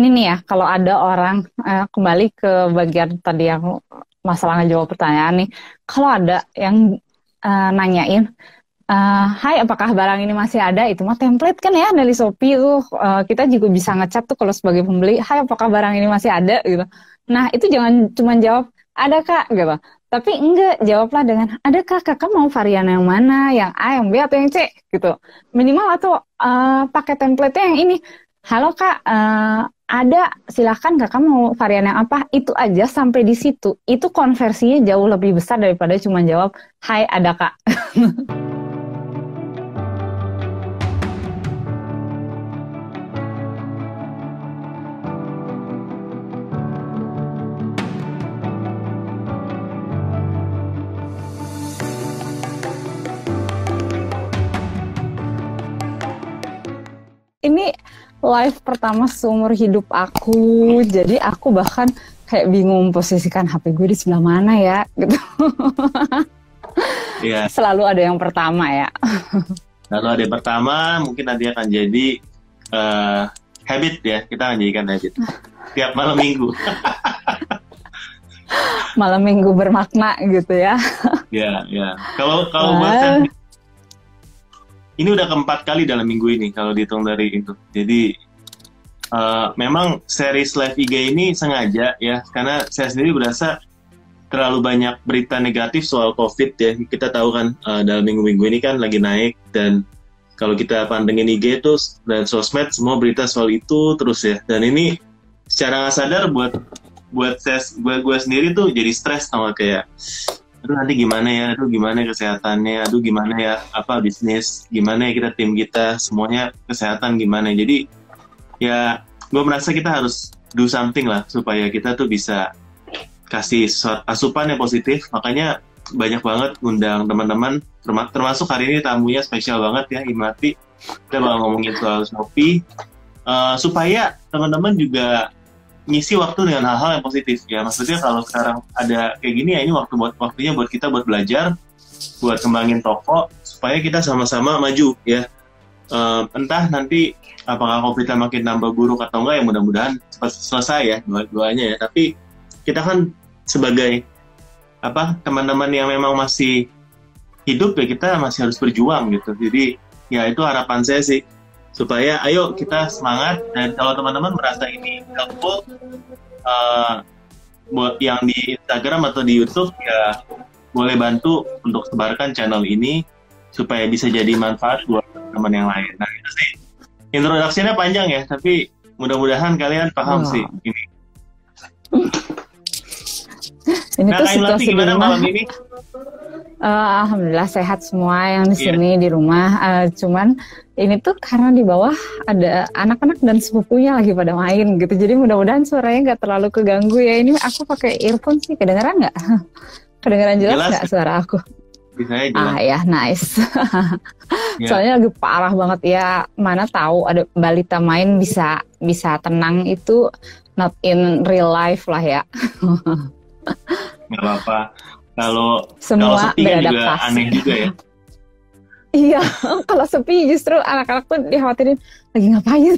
Ini nih ya, kalau ada orang kembali ke bagian tadi yang masalah ngejawab pertanyaan nih, kalau ada yang nanyain, Hai, apakah barang ini masih ada? Itu mah template kan ya dari Shopee tuh. Kita juga bisa ngechat tuh kalau sebagai pembeli, Hai, apakah barang ini masih ada? Gitu. Nah, itu jangan cuma jawab, ada Kak, gitu. Tapi enggak, jawablah dengan, adakah Kakak mau varian yang mana? Yang A, yang B, atau yang C? Gitu. Minimal atau pakai template yang ini. Halo Kak, ada, silahkan Kakak mau varian yang apa? Itu aja sampai di situ. Itu konversinya jauh lebih besar daripada cuma jawab, Hai, ada Kak. Ini live pertama seumur hidup aku, jadi aku bahkan kayak bingung posisikan HP gue di sebelah mana ya, gitu. Iya, Selalu ada yang pertama ya. lalu ada yang pertama, mungkin nanti akan jadi eh, habit ya, kita akan jadikan habit. Tiap malam minggu. Malam minggu bermakna gitu ya. Ya, ya. Kalau buat saya, ini udah keempat kali dalam minggu ini, kalau dihitung dari itu. Jadi, memang series live IG ini sengaja ya, karena saya sendiri berasa terlalu banyak berita negatif soal COVID ya. Kita tahu kan dalam minggu-minggu ini kan lagi naik, dan kalau kita pantengin IG itu dan sosmed semua berita soal itu terus ya. Dan ini secara nggak sadar buat gue sendiri tuh jadi stres sama kayak, aduh nanti gimana ya, aduh gimana kesehatannya, aduh gimana ya apa bisnis, gimana ya kita tim kita semuanya kesehatan gimana. Jadi ya gue merasa kita harus do something lah supaya kita tuh bisa kasih asupan yang positif. Makanya banyak banget undang teman-teman, termasuk hari ini tamunya spesial banget ya, Imati. Kita bakal ngomongin soal Shopee, supaya teman-teman juga ngisi waktu dengan hal-hal yang positif ya. Maksudnya kalau sekarang ada kayak gini ya, ini waktunya buat kita buat belajar, buat kembangin toko supaya kita sama-sama maju ya. Entah nanti apakah COVID makin nambah buruk atau enggak, ya mudah-mudahan cepat selesai ya doanya ya. Tapi kita kan sebagai teman-teman yang memang masih hidup ya, kita masih harus berjuang gitu. Jadi ya itu harapan saya sih, supaya ayo kita semangat. Dan kalau teman-teman merasa ini helpful, buat yang di Instagram atau di YouTube ya boleh bantu untuk sebarkan channel ini supaya bisa jadi manfaat buat teman yang lain. Nah itu sih, introduction-nya panjang ya, tapi mudah-mudahan kalian paham sih ini. Ini Nah, tuh Kak Imlati situasi di gimana rumah. malam ini? Alhamdulillah sehat semua yang di Iya. sini di rumah. Cuman ini tuh karena di bawah ada anak-anak dan sepupunya lagi pada main gitu. Jadi mudah-mudahan suaranya nggak terlalu keganggu ya. Ini aku pakai earphone sih, kedengeran nggak? Kedengeran jelas Jelas, nggak suara aku? bisa ya jelas. Ya, nice. Ya. Soalnya lagi parah banget ya. Mana tahu ada balita main bisa tenang, itu not in real life lah ya. Nggak apa-apa. Kalau Semua sepi kan juga beradaptasi. aneh juga ya. Iya, kalau sepi justru anak-anak tuh dikhawatirin lagi ngapain.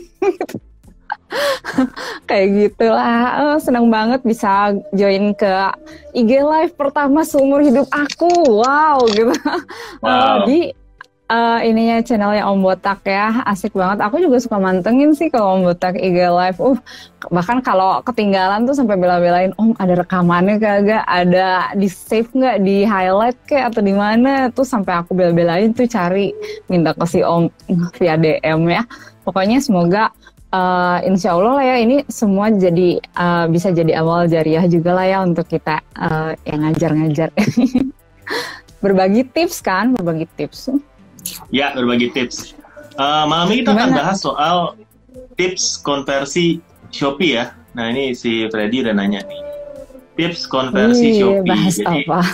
Kayak gitulah. Senang banget bisa join ke IG live pertama seumur hidup aku. Wow, gitu. Wow. Di ininya channelnya Om Botak ya, asik banget. Aku juga suka mantengin sih kalau Om Botak IG live. Bahkan kalau ketinggalan tuh sampai bela-belain, Om ada rekamannya kagak, ada di save nggak, di highlight kayak atau di mana, tuh sampai aku bela-belain tuh cari, minta ke si Om via DM ya. Pokoknya semoga insya Allah lah ya, ini semua jadi bisa jadi awal jariah juga lah ya untuk kita yang ngajar-ngajar. Berbagi tips kan, berbagi tips. Ya, berbagi tips. Malam ini kita akan Gimana? bahas soal tips konversi Shopee ya. Nah ini si Freddy udah nanya nih. Tips konversi Shopee. Bahas Jadi, apa?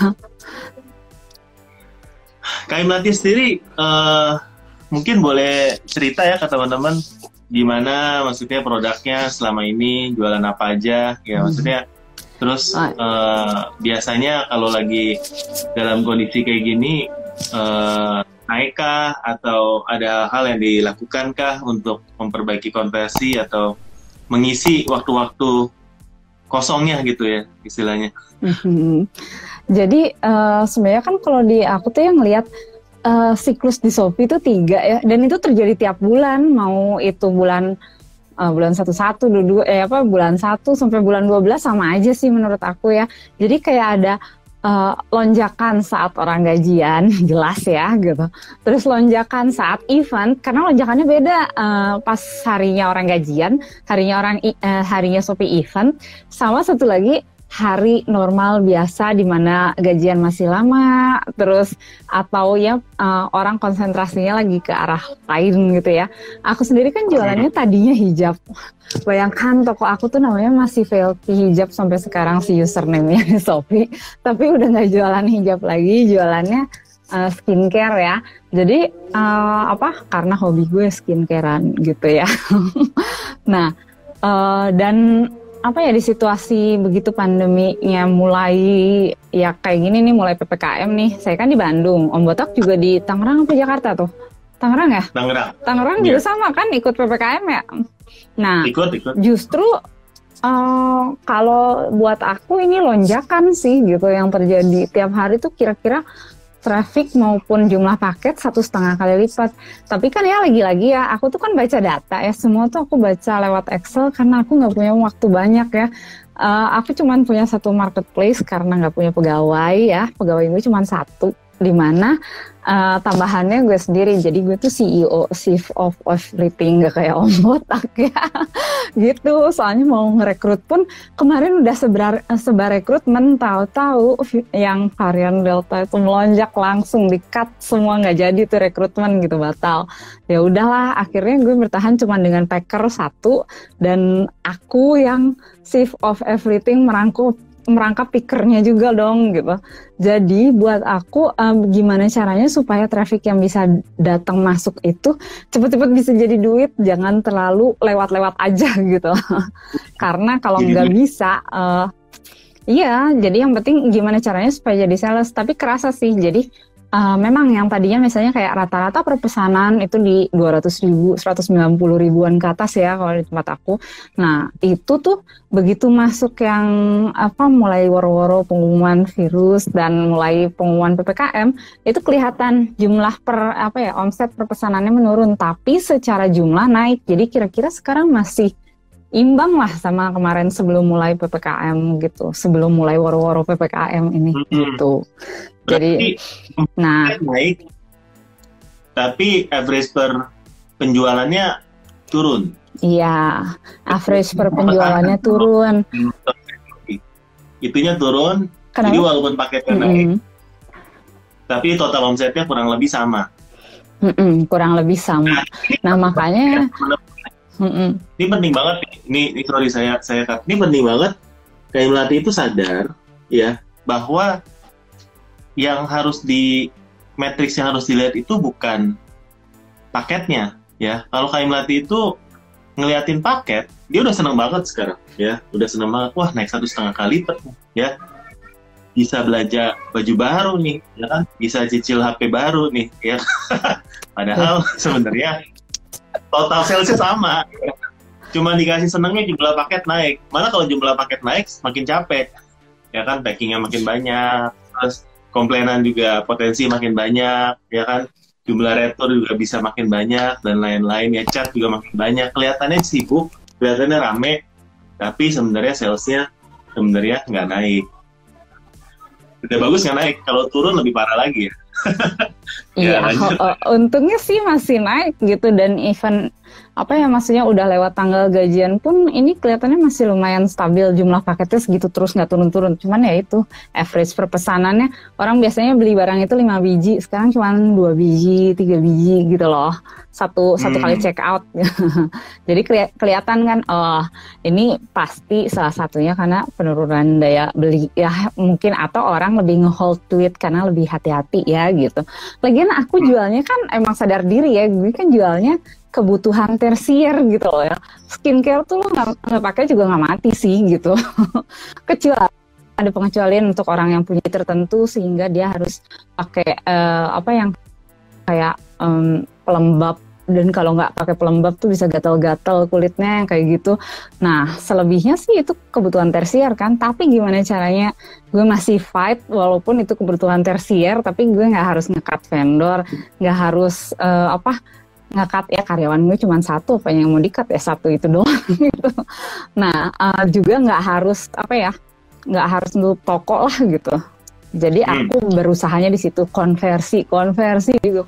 Kak Imlati sendiri mungkin boleh cerita ya ke teman-teman gimana maksudnya produknya selama ini, jualan apa aja ya maksudnya. Terus biasanya kalau lagi dalam kondisi kayak gini, naikkah atau ada hal yang dilakukankah untuk memperbaiki konversi atau mengisi waktu-waktu kosongnya gitu ya istilahnya. Jadi sebenarnya kan kalau di aku tuh yang ngelihat siklus di Shopee itu 3 ya, dan itu terjadi tiap bulan, mau itu bulan 1 bulan 1 sampai bulan 12 sama aja sih menurut aku ya. Jadi kayak ada lonjakan saat orang gajian, jelas ya gitu. Terus lonjakan saat event, karena lonjakannya beda, pas harinya orang gajian, harinya Shopee event, sama satu lagi hari normal biasa di mana gajian masih lama, terus atau ya orang konsentrasinya lagi ke arah lain gitu ya. Aku sendiri kan jualannya tadinya hijab. Bayangkan toko aku tuh namanya masih Velty Hijab sampai sekarang si username-nya di Shopee, tapi udah nggak jualan hijab lagi, jualannya skincare ya. Jadi karena hobi gue skincarean gitu ya. Nah, dan di situasi begitu pandeminya mulai ya kayak gini nih, mulai PPKM nih. Saya kan di Bandung, Om Botak juga di Tangerang apa Jakarta tuh? Tangerang ya? Tangerang juga sama kan ikut PPKM ya? Nah, ikut. Justru kalau buat aku ini lonjakan sih gitu yang terjadi tiap hari tuh, kira-kira traffic maupun jumlah paket 1,5 kali lipat. Tapi kan ya lagi-lagi ya, aku tuh kan baca data ya, semua tuh aku baca lewat Excel karena aku nggak punya waktu banyak ya. Aku cuman punya satu marketplace karena nggak punya pegawai ya, pegawai gue cuman satu, di mana tambahannya gue sendiri, jadi gue tuh CEO, chief of everything, gak kayak Om Botak ya gitu. Soalnya mau ngerekrut pun kemarin udah sebar rekrutmen, tahu-tahu yang varian Delta itu melonjak, langsung di-cut semua, nggak jadi tuh rekrutmen gitu, batal. Ya udahlah, akhirnya gue bertahan cuma dengan packer satu, dan aku yang chief of everything merangkap pickernya juga dong gitu. Jadi buat aku gimana caranya supaya traffic yang bisa datang masuk itu cepet-cepet bisa jadi duit, jangan terlalu lewat-lewat aja gitu. Karena kalau nggak bisa, iya, jadi yang penting gimana caranya supaya jadi sales. Tapi kerasa sih, jadi memang yang tadinya misalnya kayak rata-rata per pesanan itu di 200.000, 190 ribuan ke atas ya kalau di tempat aku. Nah itu tuh begitu masuk yang mulai woro-woro pengumuman virus dan mulai pengumuman PPKM, itu kelihatan jumlah omset per pesanannya menurun, tapi secara jumlah naik. Jadi kira-kira sekarang masih imbang lah sama kemarin sebelum mulai PPKM gitu, sebelum mulai woro-woro PPKM ini gitu. Jadi, naik, tapi average per penjualannya turun. Iya, average per penjualannya turun. Itunya turun. Kenapa? Jadi walaupun paketnya naik, tapi total omsetnya kurang lebih sama. Kurang lebih sama. Nah makanya. Ini penting banget. Ini sorry saya ini penting banget. Kayak Melati itu sadar ya bahwa yang harus matriks yang harus dilihat itu bukan paketnya ya. Kalau kayak Melati itu ngeliatin paket, dia udah seneng banget sekarang ya, udah seneng banget. Wah, naik 1,5 kali lipat ya, bisa belanja baju baru nih ya kan, bisa cicil HP baru nih ya. Padahal sebenarnya total salesnya sama, cuma dikasih senengnya jumlah paket naik. Mana kalau jumlah paket naik makin capek ya kan, packingnya makin banyak, terus komplainan juga potensi makin banyak ya kan, jumlah retur juga bisa makin banyak dan lain-lain ya, chat juga makin banyak. Kelihatannya sibuk, kelihatannya rame, tapi sebenarnya salesnya sebenarnya nggak naik. Udah bagus nggak naik, kalau turun lebih parah lagi ya. Iya, untungnya sih masih naik gitu, dan even maksudnya udah lewat tanggal gajian pun ini kelihatannya masih lumayan stabil, jumlah paketnya segitu terus, nggak turun-turun. Cuman ya itu average per pesanannya, orang biasanya beli barang itu 5 biji, sekarang cuma 2 biji, 3 biji gitu loh, satu kali check out. Jadi kelihatan kan, ini pasti salah satunya karena penurunan daya beli ya mungkin, atau orang lebih nge-hold duit karena lebih hati-hati ya gitu. Lagian aku jualnya kan emang sadar diri ya, gue kan jualnya kebutuhan tersier gitu loh ya. Skincare tuh lo nggak pakai juga nggak mati sih gitu. Kecuali ada pengecualian untuk orang yang punya tertentu sehingga dia harus pakai yang kayak pelembab dan kalau nggak pakai pelembab tuh bisa gatal-gatal kulitnya kayak gitu. Nah, selebihnya sih itu kebutuhan tersier kan, tapi gimana caranya gue masih fight walaupun itu kebutuhan tersier, tapi gue nggak harus nge-cut vendor, nggak harus nge-cut ya karyawan gue cuma satu, apa yang mau di-cut ya satu itu doang gitu. Nah, juga nggak harus nggak harus nutup toko lah gitu. Jadi aku berusahanya di situ konversi gitu.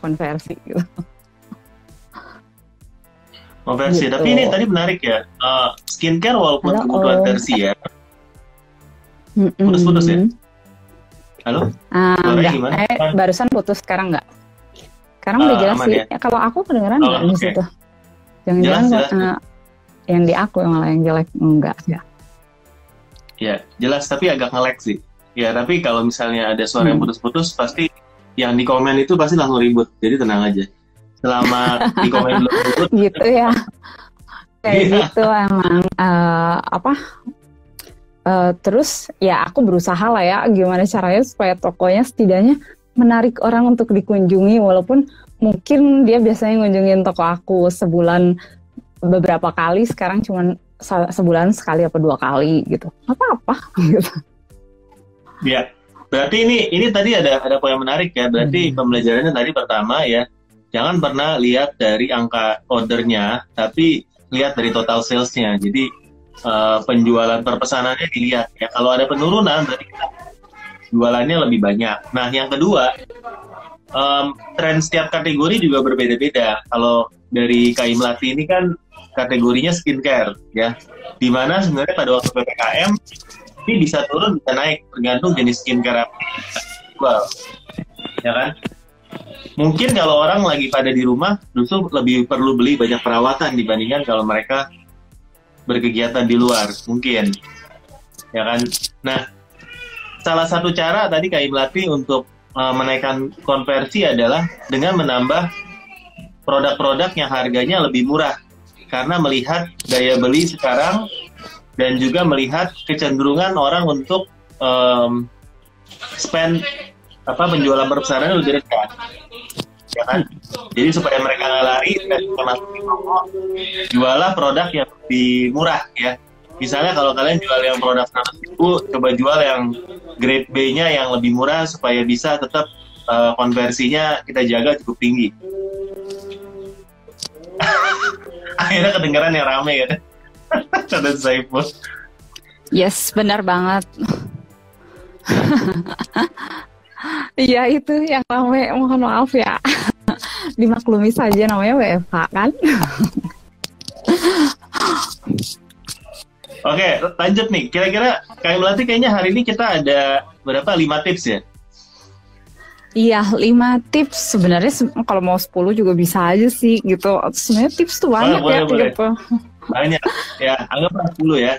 Konversi. Gitu. Tapi ini tadi menarik ya. Skincare walaupun kebutuhan tersier. Putus-putus ya? Halo? Suaranya gimana? Barusan putus, sekarang nggak. Sekarang udah jelas sih. Ya? Kalau aku kedengeran nggak di situ? Jangan-jangan yang di aku yang malah yang jelek, enggak ya? Ya, jelas tapi agak nge-lag sih. Ya, tapi kalau misalnya ada suara yang putus-putus, pasti yang di komen itu pasti langsung ribut. Jadi tenang aja. Selama di komen belum ribut. Gitu ya. Kayak gitu emang. Terus ya aku berusaha lah ya, gimana caranya supaya tokonya setidaknya menarik orang untuk dikunjungi. Walaupun mungkin dia biasanya ngunjungin toko aku sebulan beberapa kali, sekarang cuma sebulan sekali apa 2 kali gitu. Apa-apa gitu. Ya, berarti ini tadi ada poin menarik ya. Berarti pembelajarannya tadi pertama ya, jangan pernah lihat dari angka ordernya, tapi lihat dari total salesnya. Jadi penjualan per pesanannya dilihat ya. Kalau ada penurunan, berarti kita jualannya lebih banyak. Nah, yang kedua, tren setiap kategori juga berbeda-beda. Kalau dari Kak Imlati ini kan kategorinya skincare ya, dimana sebenarnya pada waktu PPKM ini bisa turun, bisa naik, tergantung jenis skincare apa jual, ya kan? Mungkin kalau orang lagi pada di rumah, justru lebih perlu beli banyak perawatan dibandingkan kalau mereka berkegiatan di luar, mungkin, ya kan? Nah, salah satu cara tadi Kak Imlati untuk menaikkan konversi adalah dengan menambah produk-produk yang harganya lebih murah, karena melihat daya beli sekarang dan juga melihat kecenderungan orang untuk spend penjualan per pesanan lebih dekat, ya kan? Jadi supaya mereka nggak lari dan masuk di toko, jualah produk yang lebih murah ya. Misalnya kalau kalian jual yang produk 100.000, coba jual yang grade B-nya yang lebih murah supaya bisa tetap konversinya kita jaga cukup tinggi. Akhirnya kedengaran yang rame ya. Kata Saiful. Yes, benar banget. Iya itu yang rame, mohon maaf ya. Dimaklumi saja, namanya WFH kan. Oke, lanjut nih. Kira-kira Kak Imlati kayaknya hari ini kita ada berapa? 5 tips ya? Iya, 5 tips. Sebenarnya kalau mau 10 juga bisa aja sih gitu. Sebenarnya tips tuh banyak boleh. gitu. Banyak. Ya, anggaplah 10 ya.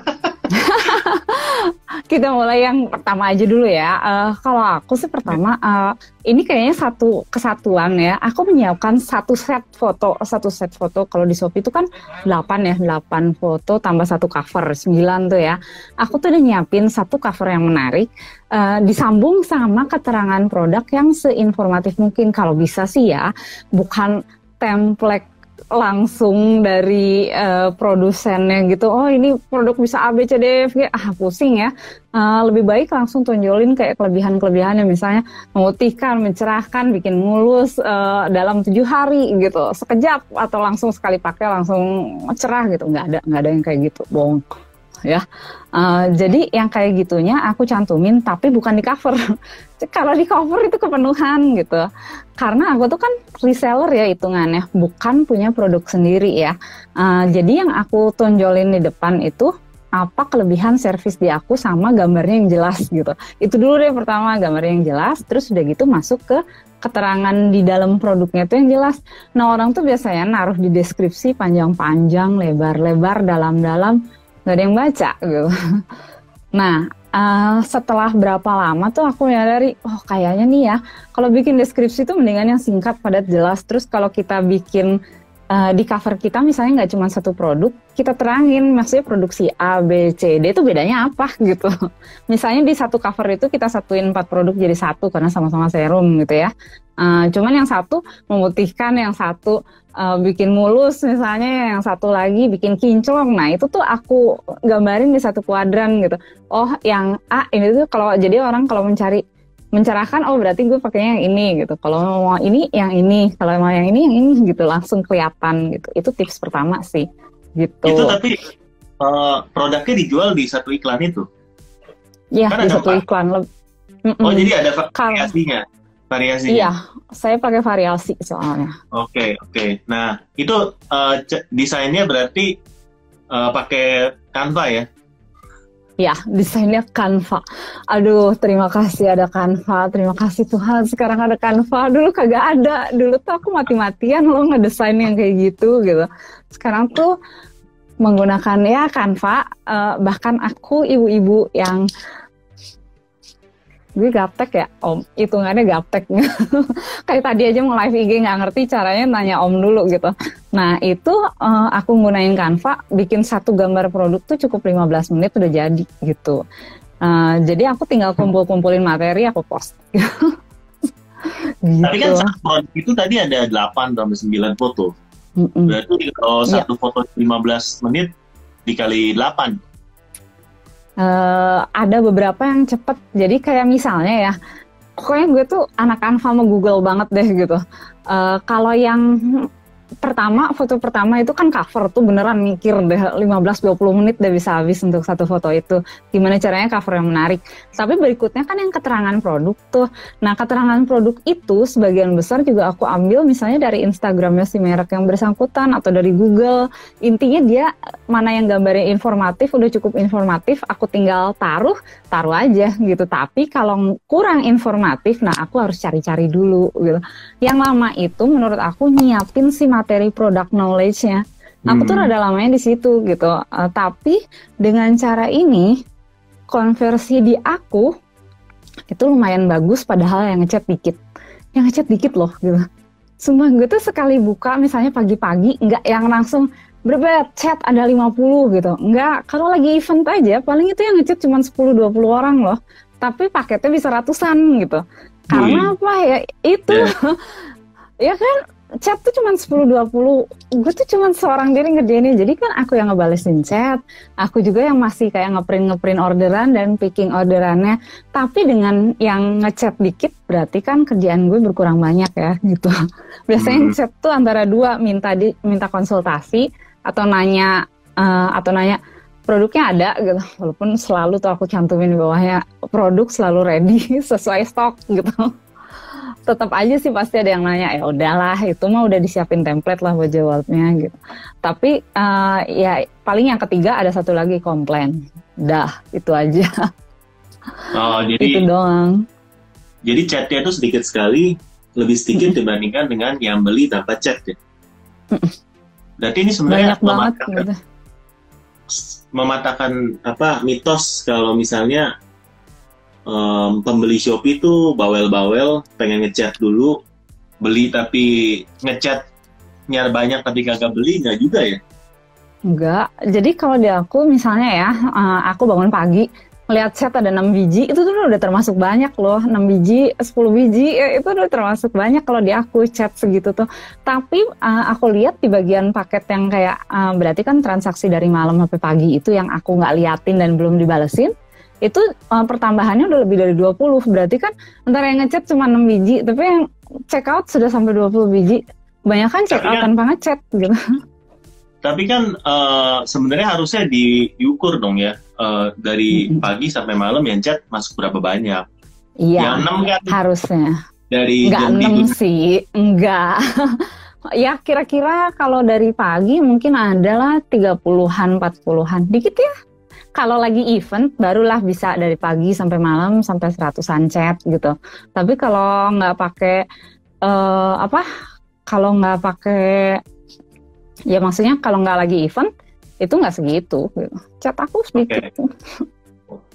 Kita mulai yang pertama aja dulu ya. Kalau aku sih pertama, ini kayaknya satu kesatuan ya. Aku menyiapkan satu set foto. Kalau di Shopee itu kan 8 foto tambah 1 cover, 9 tuh ya. Aku tuh udah nyiapin 1 cover yang menarik, disambung sama keterangan produk yang seinformatif mungkin. Kalau bisa sih ya, bukan template langsung dari produsennya gitu. Oh ini produk bisa A, B, C, D, F, G. Pusing ya. Lebih baik langsung tonjolin kayak kelebihan-kelebihannya. Misalnya memutihkan, mencerahkan, bikin mulus dalam 7 hari gitu. Sekejap atau langsung sekali pakai langsung cerah gitu. Nggak ada yang kayak gitu. Bohong. Ya, jadi yang kayak gitunya aku cantumin, tapi bukan di cover. Kalau di cover itu kepenuhan gitu. Karena aku tuh kan reseller ya hitungannya, bukan punya produk sendiri ya. Jadi yang aku tonjolin di depan itu apa kelebihan servis di aku sama gambarnya yang jelas gitu. Itu dulu deh pertama, gambarnya yang jelas, terus udah gitu masuk ke keterangan di dalam produknya tuh yang jelas. Nah orang tuh biasanya naruh di deskripsi panjang-panjang, lebar-lebar, dalam-dalam, nggak ada yang baca gitu. Nah setelah berapa lama tuh aku nyadari, oh kayaknya nih ya kalau bikin deskripsi tuh mendingan yang singkat, padat, jelas. Terus kalau kita bikin di cover kita misalnya nggak cuma satu produk, kita terangin maksudnya produksi A, B, C, D itu bedanya apa gitu. Misalnya di satu cover itu kita satuin 4 produk jadi satu karena sama-sama serum gitu ya. Cuman yang satu memutihkan, yang satu bikin mulus misalnya, yang satu lagi bikin kinclong. Nah itu tuh aku gambarin di satu kuadran gitu. Oh yang A ini tuh kalau jadi orang kalau mencerahkan, oh berarti gue pakainya yang ini gitu. Kalau mau ini, yang ini. Kalau mau yang ini gitu. Langsung kelihatan gitu. Itu tips pertama sih. Gitu. Itu tapi produknya dijual di satu iklan itu? Iya, di satu iklan. Oh jadi ada variasinya? Iya, saya pakai variasi soalnya. Oke. Nah itu desainnya berarti pakai Canva ya? Ya, desainnya Canva. Aduh, terima kasih ada Canva. Terima kasih Tuhan, sekarang ada Canva. Dulu kagak ada. Dulu tuh aku mati-matian loh ngedesain yang kayak gitu. Sekarang tuh menggunakan ya Canva. Bahkan aku ibu-ibu yang gue gaptek ya, Om. Hitungannya gaptek. Kayak tadi aja mau live IG nggak ngerti caranya, nanya Om dulu gitu. Nah itu aku gunain Canva, bikin satu gambar produk tuh cukup 15 menit udah jadi gitu. Jadi aku tinggal kumpulin materi, aku post. Gitu. Tapi kan satu produk itu tadi ada 8-9 foto. Berarti kalau satu foto 15 menit dikali 8. Ada beberapa yang cepet, jadi kayak misalnya ya, pokoknya gue tuh anak Canva sama Google banget deh gitu. Kalau yang foto pertama itu kan cover tuh beneran mikir deh 15-20 menit udah bisa habis untuk satu foto itu. Gimana caranya cover yang menarik. Tapi berikutnya kan yang keterangan produk tuh. Nah keterangan produk itu sebagian besar juga aku ambil misalnya dari Instagramnya si merek yang bersangkutan atau dari Google. Intinya dia mana yang gambarnya informatif, udah cukup informatif, aku tinggal taruh aja gitu. Tapi kalau kurang informatif, nah aku harus cari-cari dulu gitu. Yang lama itu menurut aku nyiapin si materi product knowledge-nya. Aku tuh rada lamanya di situ gitu. Tapi dengan cara ini konversi di aku itu lumayan bagus, padahal yang ngechat dikit loh gitu. Sumpah gue tuh sekali buka misalnya pagi-pagi nggak yang langsung berapa chat ada 50 gitu. Enggak, kalau lagi event aja paling itu yang ngechat cuma 10-20 orang loh. Tapi paketnya bisa ratusan gitu. Karena apa ya? Itu ya kan chat tuh cuma 10-20. Gue tuh cuma seorang diri ngerjainnya. Jadi kan aku yang ngebalesin chat, aku juga yang masih kayak ngeprint orderan dan picking orderannya. Tapi dengan yang ngechat dikit berarti kan kerjaan gue berkurang banyak ya gitu. Biasanya chat tuh antara 2, minta konsultasi atau nanya produknya ada gitu. Walaupun selalu tuh aku cantumin di bawahnya produk selalu ready sesuai stok gitu. Tetap aja sih pasti ada yang nanya, ya udahlah itu mah udah disiapin template lah buat jawabnya gitu. Tapi ya paling yang ketiga ada satu lagi komplain. Dah, itu aja. Oh, jadi itu doang. Jadi chatnya itu sedikit sekali, lebih sedikit dibandingkan dengan yang beli tanpa chat ya. Berarti ini sebenarnya mematahkan apa mitos kalau misalnya pembeli Shopee itu bawel-bawel, pengen ngechat dulu, beli tapi ngechatnya banyak tapi kagak beli, nggak juga ya? Enggak, jadi kalau di aku misalnya ya, aku bangun pagi, melihat chat ada 6 biji, itu tuh udah termasuk banyak loh, 6 biji, 10 biji, ya itu udah termasuk banyak kalau di aku chat segitu tuh. Tapi aku lihat di bagian paket yang kayak, berarti kan transaksi dari malam sampai pagi itu yang aku nggak liatin dan belum dibalesin, itu pertambahannya udah lebih dari 20, berarti kan antara yang ngechat cuma 6 biji, tapi yang check out sudah sampai 20 biji, kebanyakan check out tanpa ngechat gitu. Tapi kan sebenarnya harusnya diukur dong ya, dari pagi sampai malam yang chat masuk berapa banyak. Iya, yang 6 kan harusnya. Dari nggak 6 sih, enggak. Ya kira-kira kalau dari pagi mungkin adalah 30-an, 40-an, dikit ya. Kalau lagi event barulah bisa dari pagi sampai malam sampai 100-an chat gitu. Tapi kalau nggak pakai kalau nggak pakai, ya maksudnya kalau nggak lagi event itu nggak segitu gitu. Chat aku sedikit.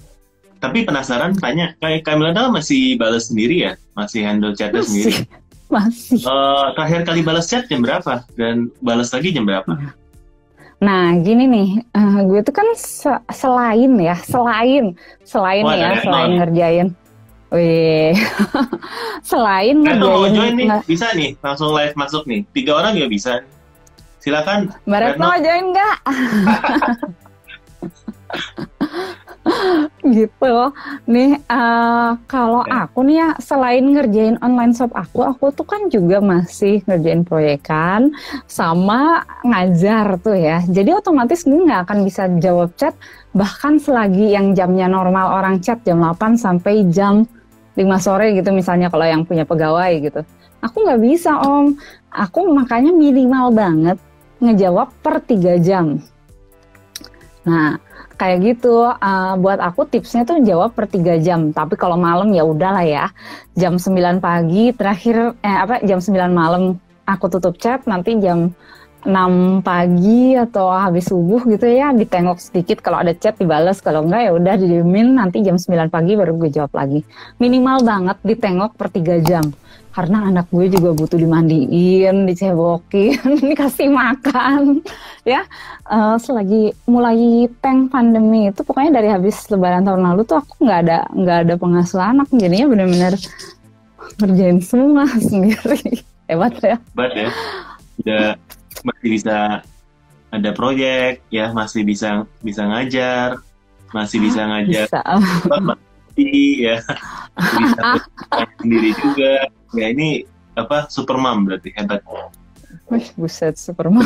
Tapi penasaran tanya, kayak Kamila masih balas sendiri ya? Masih handle chatnya sendiri? Masih. Terakhir kali balas chat jam berapa? Dan balas lagi jam berapa? Nah, gini nih, gue tuh kan selain Wah, ya, dari selain nol. ngerjain, wih, selain Reto mau ngerjain, join nih? Bisa nih, langsung live masuk nih. 3 orang juga bisa. Silakan, Mbak Retno Retno. join nggak? Gitu. Nih, kalau Ya. aku nih ya, selain ngerjain online shop aku tuh kan juga masih ngerjain proyekan sama ngajar tuh ya. Jadi otomatis gue nggak akan bisa jawab chat bahkan selagi yang jamnya normal orang chat jam 8 sampai jam 5 sore gitu misalnya kalau yang punya pegawai gitu. Aku nggak bisa Om. Aku makanya minimal banget ngejawab per 3 jam. Nah, kayak gitu, buat aku tipsnya tuh jawab per 3 jam. Tapi kalau malam ya udahlah ya. Jam 9 pagi terakhir, jam 9 malam aku tutup chat, nanti jam 6 pagi atau habis subuh gitu ya, ditengok sedikit kalau ada chat dibalas, kalau enggak ya udah didiemin, nanti jam 9 pagi baru gue jawab lagi. Minimal banget ditengok per 3 jam. Karena anak gue juga butuh dimandiin, dicebokin, dikasih makan, ya. Selagi mulai tank pandemi itu, pokoknya dari habis Lebaran tahun lalu tuh aku nggak ada pengasuh anak, jadinya benar-benar ngerjain semua sendiri. Hebat ya. Hebat ya. Udah masih bisa ada proyek, ya masih bisa ngajar, masih bisa ngajar, Bisa. ya, bisa sendiri juga. Ya ini super mom berarti hebat. Wih, buset, super mom.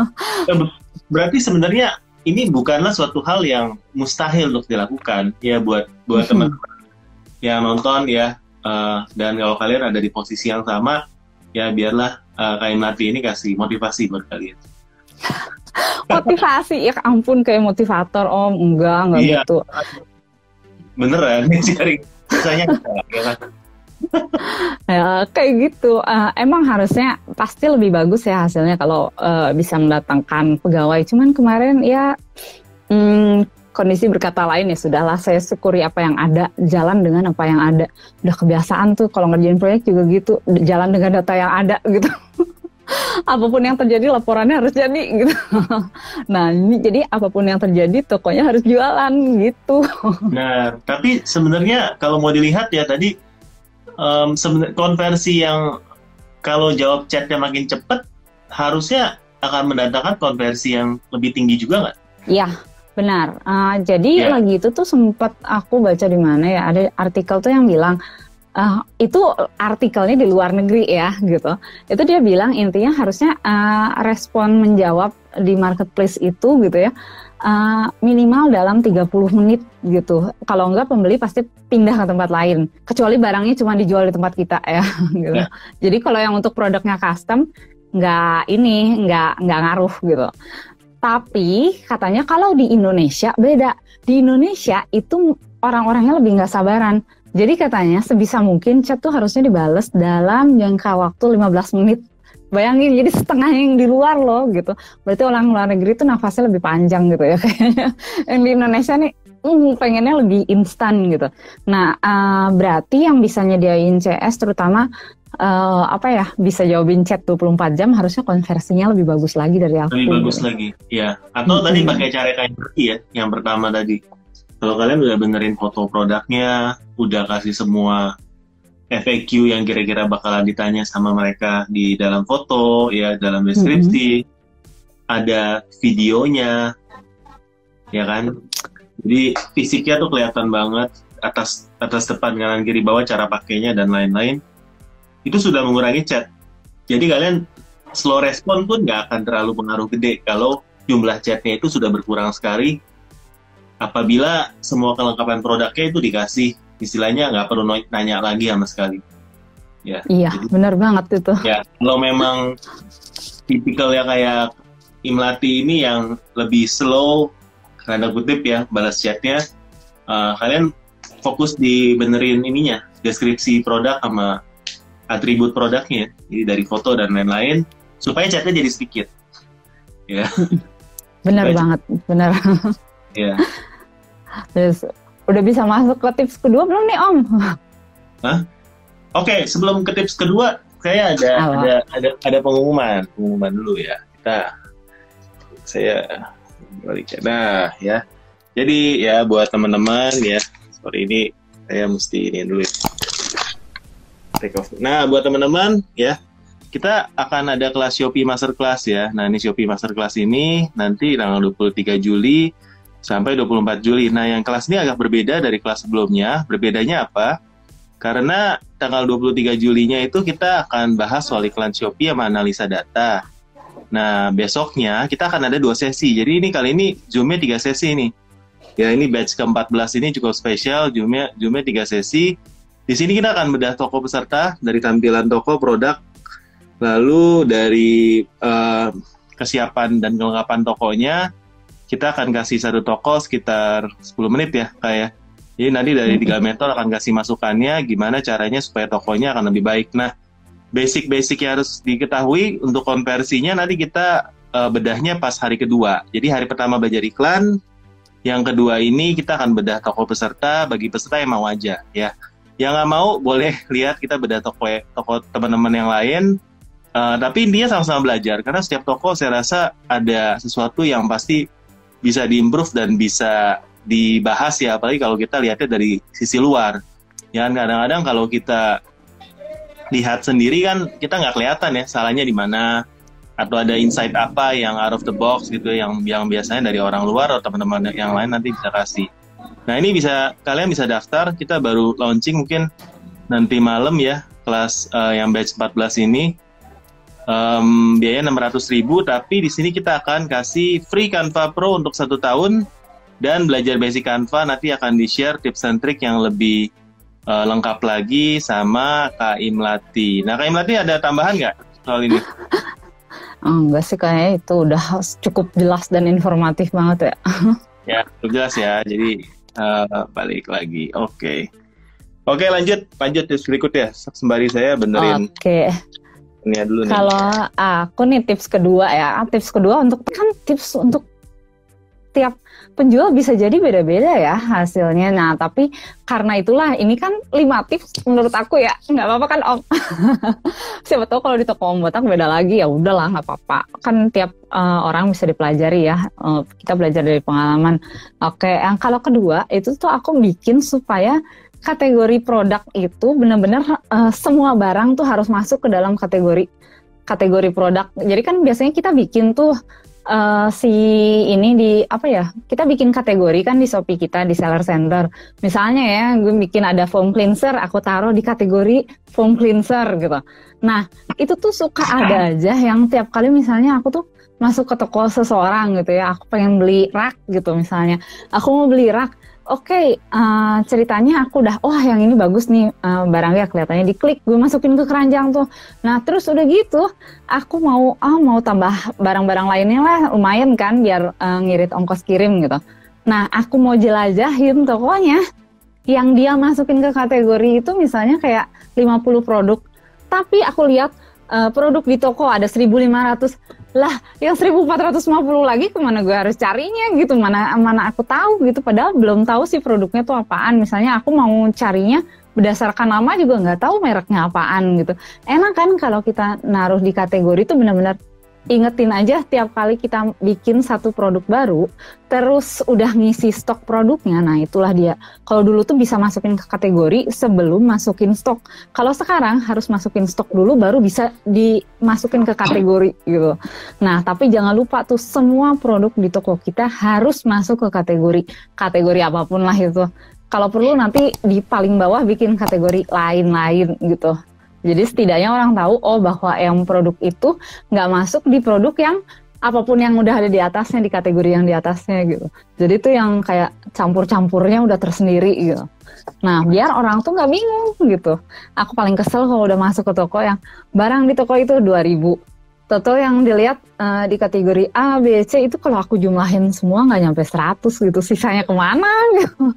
Berarti sebenarnya ini bukanlah suatu hal yang mustahil untuk dilakukan ya buat teman-teman yang nonton ya. Dan kalau kalian ada di posisi yang sama ya biarlah Kak Imlarti ini kasih motivasi buat kalian. Motivasi, ya ampun kayak motivator Om, enggak Iya. gitu. Beneran sih cari rasanya ya kan. Ya, kayak gitu. Emang harusnya pasti lebih bagus ya hasilnya kalau bisa mendatangkan pegawai. Cuman kemarin ya kondisi berkata lain ya sudahlah, saya syukuri apa yang ada, jalan dengan apa yang ada. Udah kebiasaan tuh kalau ngerjain proyek juga gitu, jalan dengan data yang ada gitu. Apapun yang terjadi laporannya harus jadi gitu. Nah ini jadi apapun yang terjadi tokonya harus jualan gitu. Nah, tapi sebenarnya kalau mau dilihat ya tadi konversi yang kalau jawab chatnya makin cepat harusnya akan mendatangkan konversi yang lebih tinggi juga nggak? Iya, benar. Jadi lagi itu tuh sempat aku baca di mana ya, ada artikel tuh yang bilang itu artikelnya di luar negeri ya gitu. Itu dia bilang intinya harusnya respon menjawab di marketplace itu gitu ya. Minimal dalam 30 menit gitu. Kalau enggak pembeli pasti pindah ke tempat lain. Kecuali barangnya cuma dijual di tempat kita ya gitu. Yeah. Jadi kalau yang untuk produknya custom nggak ngaruh gitu. Tapi katanya kalau di Indonesia beda. Di Indonesia itu orang-orangnya lebih nggak sabaran. Jadi katanya sebisa mungkin chat tuh harusnya dibales dalam jangka waktu 15 menit. Bayangin, jadi setengah yang di luar loh gitu. Berarti orang luar negeri tuh nafasnya lebih panjang gitu ya kayaknya. Yang di Indonesia nih pengennya lebih instan gitu. Nah, berarti yang bisa nyediain CS terutama bisa jawabin chat 24 jam harusnya konversinya lebih bagus lagi dari aku. Lebih bagus lagi, ya. Atau tadi pakai cara kayak ya, yang pertama tadi. Kalau kalian udah benerin foto produknya, udah kasih semua FAQ yang kira-kira bakalan ditanya sama mereka di dalam foto, ya dalam deskripsi, ada videonya, ya kan? Jadi fisiknya tuh kelihatan banget atas depan kanan kiri bawah cara pakainya dan lain-lain. Itu sudah mengurangi chat. Jadi kalian slow respon pun nggak akan terlalu pengaruh gede kalau jumlah chatnya itu sudah berkurang sekali. Apabila semua kelengkapan produknya itu dikasih, istilahnya nggak perlu nanya lagi sama sekali. Ya, iya, benar banget itu. Ya, kalau memang tipikalnya kayak Imlarti ini yang lebih slow, tanda kutip ya, balas chatnya, kalian fokus di benerin ininya, deskripsi produk sama atribut produknya, jadi dari foto dan lain-lain, supaya chatnya jadi sedikit. Ya. Benar banget, benar. Ya. Terus udah bisa masuk ke tips kedua belum nih Om? Hah? Oke, sebelum ke tips kedua, saya Apa? ada pengumuman dulu ya. Saya balik. Nah, ya. Jadi ya buat teman-teman ya, sorry ini saya mesti ini dulu ya. Take off. Nah, buat teman-teman ya, kita akan ada kelas Shopee Masterclass ya. Nah, ini Shopee Masterclass ini nanti tanggal 23 Juli sampai 24 Juli. Nah, yang kelas ini agak berbeda dari kelas sebelumnya. Berbedanya apa? Karena tanggal 23 Julinya itu kita akan bahas soal iklan Shopee sama analisa data. Nah, besoknya kita akan ada 2 sesi. Jadi ini kali ini Zoom-nya 3 sesi nih. Ya, ini batch ke-14 ini cukup spesial, Zoom-nya 3 sesi. Di sini kita akan bedah toko peserta, dari tampilan toko, produk, lalu dari kesiapan dan kelengkapan tokonya. Kita akan kasih satu toko sekitar 10 menit ya, kayak. Jadi nanti dari 3 mentor akan kasih masukannya, gimana caranya supaya tokonya akan lebih baik. Nah, basic-basic yang harus diketahui untuk konversinya nanti kita bedahnya pas hari kedua. Jadi hari pertama belajar iklan, yang kedua ini kita akan bedah toko peserta bagi peserta yang mau aja ya. Yang nggak mau boleh lihat kita bedah toko teman-teman yang lain. Tapi intinya sama-sama belajar karena setiap toko saya rasa ada sesuatu yang pasti bisa diimprove dan bisa dibahas ya, apalagi kalau kita lihatnya dari sisi luar. Ya kadang-kadang kalau kita lihat sendiri kan kita nggak kelihatan ya salahnya di mana atau ada insight apa yang out of the box gitu yang biasanya dari orang luar atau teman-teman yang lain nanti bisa kasih. Nah ini kalian bisa daftar, kita baru launching mungkin nanti malam ya kelas yang batch 14 ini. Biayanya 600.000, tapi di sini kita akan kasih free Canva Pro untuk 1 tahun dan belajar basic Canva nanti akan di-share tips and trick yang lebih lengkap lagi sama Kak Imlati. Nah Kak Imlati ada tambahan nggak soal ini? Enggak sih, kayaknya itu udah cukup jelas dan informatif banget ya. Ya, cukup jelas ya. Jadi balik lagi. Oke, lanjut tips berikutnya. Sembari saya benerin. Oke. Ini dulu nih. Kalau aku nih tips kedua ya. Tips kedua tips untuk tiap penjual bisa jadi beda-beda ya hasilnya. Nah, tapi karena itulah ini kan 5 tips menurut aku ya. Nggak apa-apa kan Om? Siapa tahu kalau di toko Om Botak beda lagi, ya udahlah nggak apa-apa. Kan tiap orang bisa dipelajari ya. Kita belajar dari pengalaman. Oke, yang kalau kedua itu tuh aku bikin supaya kategori produk itu benar-benar semua barang tuh harus masuk ke dalam kategori produk. Jadi kan biasanya kita bikin tuh kita bikin kategori kan di Shopee kita di Seller Center. Misalnya ya, gue bikin ada foam cleanser, aku taruh di kategori foam cleanser gitu. Nah, itu tuh suka ada aja yang tiap kali misalnya aku tuh masuk ke toko seseorang gitu ya, aku pengen beli rak gitu misalnya. Aku mau beli rak. Oke, ceritanya aku udah, yang ini bagus nih barangnya kelihatannya, diklik, gue masukin ke keranjang tuh. Nah terus udah gitu, aku mau tambah barang-barang lainnya lah, lumayan kan biar ngirit ongkos kirim gitu. Nah aku mau jelajahin tokonya, yang dia masukin ke kategori itu misalnya kayak 50 produk, tapi aku lihat produk di toko ada 1.500. Lah, yang 1.450 lagi kemana gue harus carinya gitu, mana aku tahu gitu, padahal belum tahu sih produknya tuh apaan. Misalnya aku mau carinya berdasarkan nama juga nggak tahu mereknya apaan gitu. Enak kan kalau kita naruh di kategori itu benar-benar ingetin aja tiap kali kita bikin satu produk baru, terus udah ngisi stok produknya. Nah itulah dia. Kalau dulu tuh bisa masukin ke kategori sebelum masukin stok. Kalau sekarang harus masukin stok dulu baru bisa dimasukin ke kategori gitu. Nah tapi jangan lupa tuh semua produk di toko kita harus masuk ke kategori apapun lah itu. Kalau perlu nanti di paling bawah bikin kategori lain-lain gitu. Jadi setidaknya orang tahu bahwa yang produk itu nggak masuk di produk yang apapun yang udah ada di atasnya, di kategori yang di atasnya gitu. Jadi itu yang kayak campur-campurnya udah tersendiri gitu. Nah biar orang tuh nggak bingung gitu. Aku paling kesel kalau udah masuk ke toko yang barang di toko itu 2.000. Toto yang dilihat di kategori A, B, C itu kalau aku jumlahin semua nggak nyampe 100 gitu. Sisanya kemana gitu.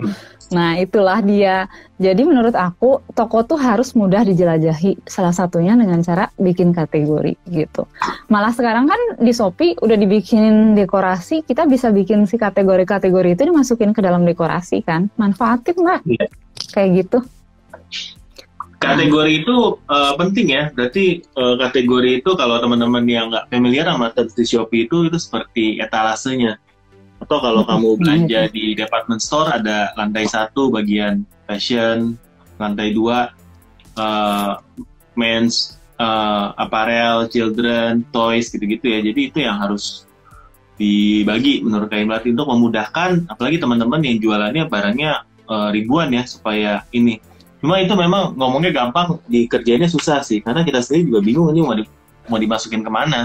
Nah itulah dia. Jadi menurut aku toko tuh harus mudah dijelajahi. Salah satunya dengan cara bikin kategori gitu. Malah sekarang kan di Shopee udah dibikinin dekorasi. Kita bisa bikin si kategori-kategori itu dimasukin ke dalam dekorasi kan. Manfaatin lah. Kayak gitu. Kategori itu penting ya. Berarti kategori itu kalau teman-teman yang nggak familiar sama terms di Shopee itu seperti etalasenya. Atau kalau kamu belanja di department store ada lantai 1 bagian fashion, lantai 2 men's apparel, children, toys gitu-gitu ya. Jadi itu yang harus dibagi menurut Kak Melati untuk memudahkan apalagi teman-teman yang jualannya barangnya ribuan ya supaya ini. Cuma itu memang ngomongnya gampang, dikerjainnya susah sih karena kita sendiri juga bingung ini mau dimasukin kemana.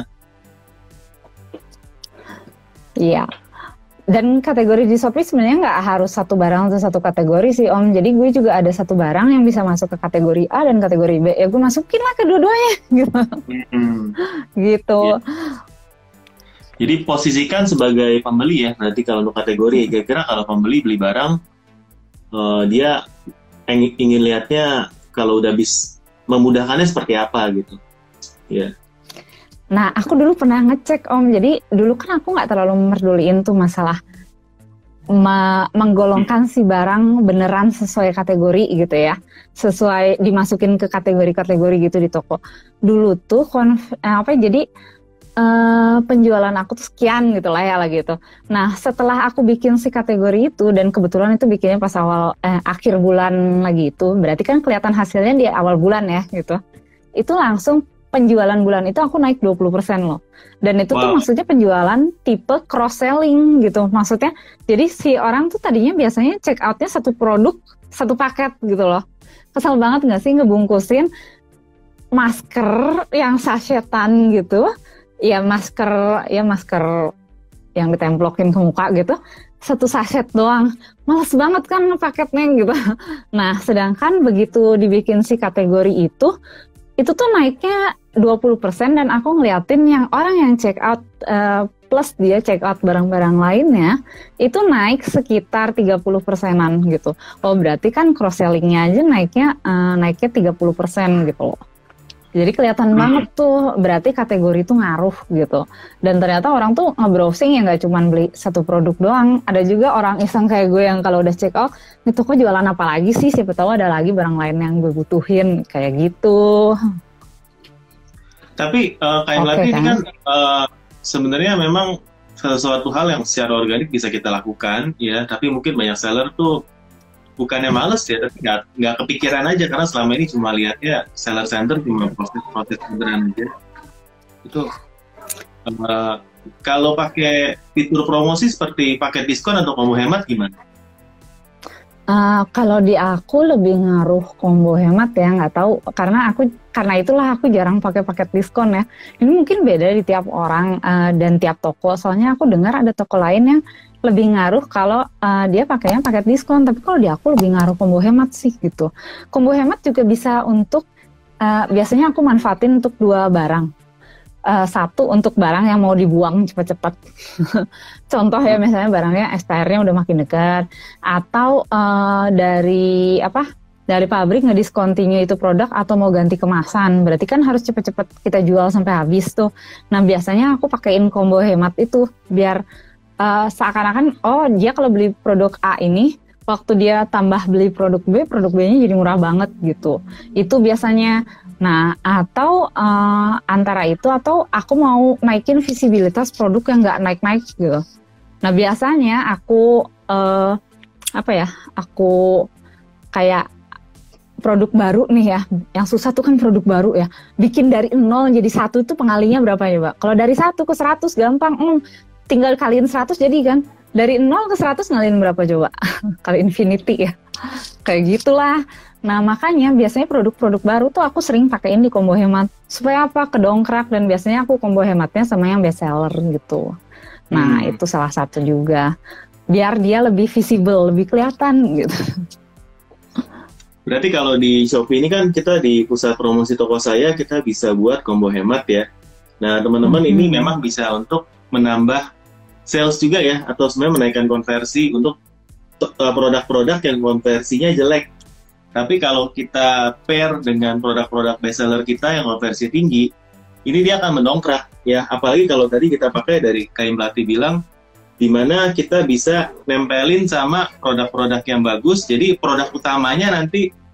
Iya. Dan kategori di Shopee sebenarnya nggak harus satu barang atau satu kategori sih Om. Jadi gue juga ada satu barang yang bisa masuk ke kategori A dan kategori B. Ya gue masukin lah kedua-duanya gitu. Gitu. Ya. Jadi posisikan sebagai pembeli ya. Berarti kalau untuk kategori, kira-kira kalau pembeli beli barang, dia ingin lihatnya kalau udah memudahkannya seperti apa gitu. Ya. Nah, aku dulu pernah ngecek Om, jadi dulu kan aku nggak terlalu merduliin tuh masalah menggolongkan si barang beneran sesuai kategori gitu ya, sesuai dimasukin ke kategori-kategori gitu di toko. Dulu tuh jadi penjualan aku tuh sekian gitu lah ya gitu. Nah, setelah aku bikin si kategori itu dan kebetulan itu bikinnya pas akhir bulan lagi itu, berarti kan kelihatan hasilnya di awal bulan ya gitu. Itu langsung penjualan bulan itu aku naik 20% loh. Dan itu tuh maksudnya penjualan tipe cross selling gitu. Maksudnya jadi si orang tuh tadinya biasanya check outnya satu produk, satu paket gitu loh. Kesel banget gak sih ngebungkusin masker yang sachetan gitu. Ya masker yang ditemplokin ke muka gitu. Satu sachet doang. Males banget kan paketnya gitu. Nah, sedangkan begitu dibikin si kategori itu tuh naiknya 20% dan aku ngeliatin yang orang yang check out plus dia check out barang-barang lainnya itu naik sekitar 30%-an gitu. Oh berarti kan cross sellingnya aja naiknya 30% gitu loh. Jadi kelihatan banget tuh berarti kategori itu ngaruh gitu. Dan ternyata orang tuh nge-browsing ya nggak cuma beli satu produk doang. Ada juga orang iseng kayak gue yang kalau udah check out, ini toko jualan apa lagi sih? Siapa tahu ada lagi barang lain yang gue butuhin kayak gitu. Tapi kayak Melati ini kan sebenarnya memang sesuatu hal yang secara organik bisa kita lakukan ya. Tapi mungkin banyak seller tuh bukannya males ya, tapi nggak kepikiran aja karena selama ini cuma lihatnya seller center cuma proses beneran aja. Itu kalau pakai fitur promosi seperti paket diskon atau combo hemat gimana? Kalau di aku lebih ngaruh combo hemat ya, nggak tahu karena itulah aku jarang pakai paket diskon ya. Ini mungkin beda di tiap orang dan tiap toko. Soalnya aku dengar ada toko lain yang lebih ngaruh kalau dia pakainya paket diskon. Tapi kalau di aku lebih ngaruh combo hemat sih gitu. Combo hemat juga bisa untuk biasanya aku manfaatin untuk 2 barang. Satu untuk barang yang mau dibuang cepat-cepat. Contoh ya misalnya barangnya expirednya udah makin dekat atau dari pabrik ngediscontinue itu produk atau mau ganti kemasan. Berarti kan harus cepat-cepat kita jual sampai habis tuh. Nah, biasanya aku pakein combo hemat itu biar seakan-akan dia kalau beli produk A ini waktu dia tambah beli produk B-nya jadi murah banget gitu. Itu biasanya. Nah, atau antara itu atau aku mau naikin visibilitas produk yang nggak naik-naik gitu. Nah, biasanya aku aku kayak produk baru nih ya. Yang susah tuh kan produk baru ya. Bikin dari 0 jadi 1 tuh pengalinya berapa ya, Mbak? Kalau dari 1 ke 100 gampang. Tinggal kaliin 100 jadi kan. Dari 0 ke 100 ngaliin berapa coba? Kali infinity ya. Kayak gitulah. Nah, makanya biasanya produk-produk baru tuh aku sering pakein di combo hemat. Supaya apa? Kedongkrak dan biasanya aku combo hematnya sama yang best seller gitu. Nah, itu salah satu juga. Biar dia lebih visible, lebih kelihatan gitu. Berarti kalau di Shopee ini kan kita di pusat promosi toko saya kita bisa buat combo hemat ya. Nah, teman-teman ini memang bisa untuk menambah sales juga ya, atau sebenarnya menaikkan konversi untuk produk-produk yang konversinya jelek. Tapi kalau kita pair dengan produk-produk bestseller kita yang konversi tinggi, ini dia akan mendongkrak ya. Apalagi kalau tadi kita pakai dari Kak Melati bilang, di mana kita bisa nempelin sama produk-produk yang bagus. Jadi produk utamanya nanti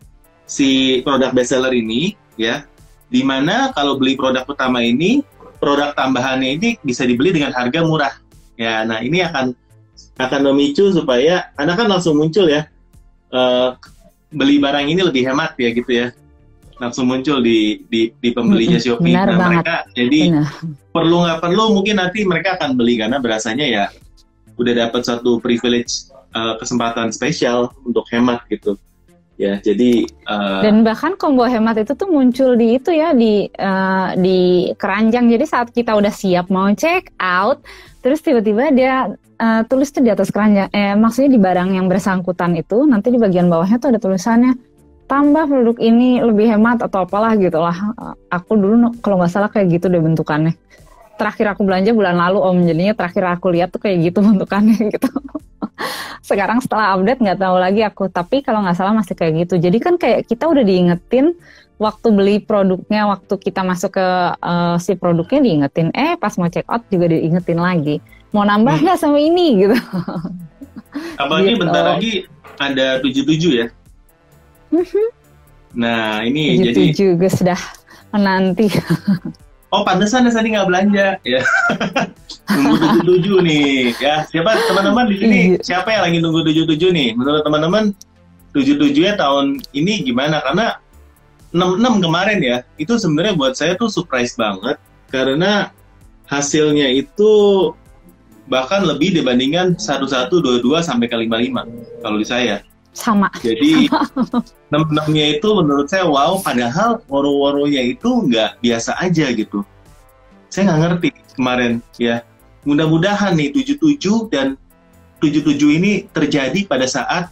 si produk bestseller ini, ya, dimana kalau beli produk utama ini, produk tambahannya ini bisa dibeli dengan harga murah. Ya, nah ini akan memicu supaya Anda kan langsung muncul ya, eh, beli barang ini lebih hemat ya gitu ya, langsung muncul di pembelinya Shopee. Benar Nah banget. mereka jadi Benar. perlu nggak perlu mungkin nanti mereka akan beli karena berasanya ya udah dapat satu privilege, kesempatan spesial untuk hemat gitu ya. Jadi Dan bahkan combo hemat itu tuh muncul di itu ya, di keranjang. Jadi saat kita udah siap mau check out, terus tiba-tiba dia tulis tuh di atas keranjang, maksudnya di barang yang bersangkutan itu nanti di bagian bawahnya tuh ada tulisannya tambah produk ini lebih hemat atau apalah gitu lah. Aku dulu kalau nggak salah kayak gitu deh bentukannya. Terakhir aku belanja bulan lalu Om, jadinya terakhir aku lihat tuh kayak gitu bentukannya gitu. Sekarang setelah update nggak tahu lagi aku, tapi kalau nggak salah masih kayak gitu. Jadi kan kayak kita udah diingetin waktu beli produknya, waktu kita masuk ke si produknya diingetin, pas mau check out juga diingetin lagi. Mau nambah nggak sama ini gitu. apalagi Gitu. bentar lagi ada 77 ya. Nah ini jadi 77 juga sudah menanti. oh pantesan ya tadi nggak belanja ya. Nunggu 77 nih ya. Siapa teman-teman di sini Iya. siapa yang lagi nunggu 77 nih? Menurut teman-teman 77 ya tahun ini gimana? Karena 66 kemarin ya, itu sebenarnya buat saya tuh surprise banget karena hasilnya itu bahkan lebih dibandingkan 11, 22 sampai ke 55 kalau di saya. Sama. Jadi 66-nya itu menurut saya wow, padahal woro-woronya itu nggak biasa aja gitu. Saya nggak ngerti kemarin ya. Mudah-mudahan nih 77 dan 77 ini terjadi pada saat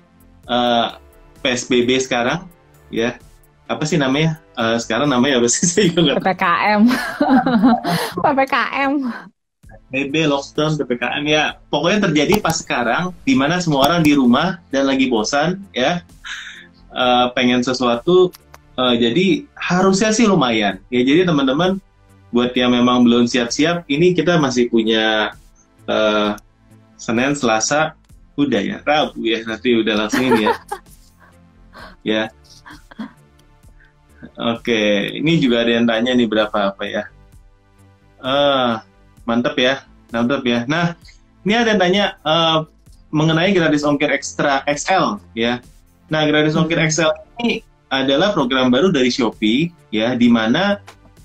PSBB sekarang ya. Apa sih namanya? Sekarang namanya apa sih? Saya juga nggak tahu. PPKM. PPKM. PSBB, lockdown, PPKM ya. Pokoknya terjadi pas sekarang, di mana semua orang di rumah dan lagi bosan ya. Pengen sesuatu. Jadi harusnya sih lumayan. Ya jadi teman-teman, buat yang memang belum siap-siap, ini kita masih punya Senin, Selasa, udah ya, Rabu ya, nanti udah langsung ini ya. Ya. Oke, ini juga ada yang tanya nih berapa apa ya. Mantep ya, mantep ya. Nah, ini ada yang tanya mengenai gratis ongkir ekstra XL ya. Nah, gratis ongkir XL ini adalah program baru dari Shopee ya, di mana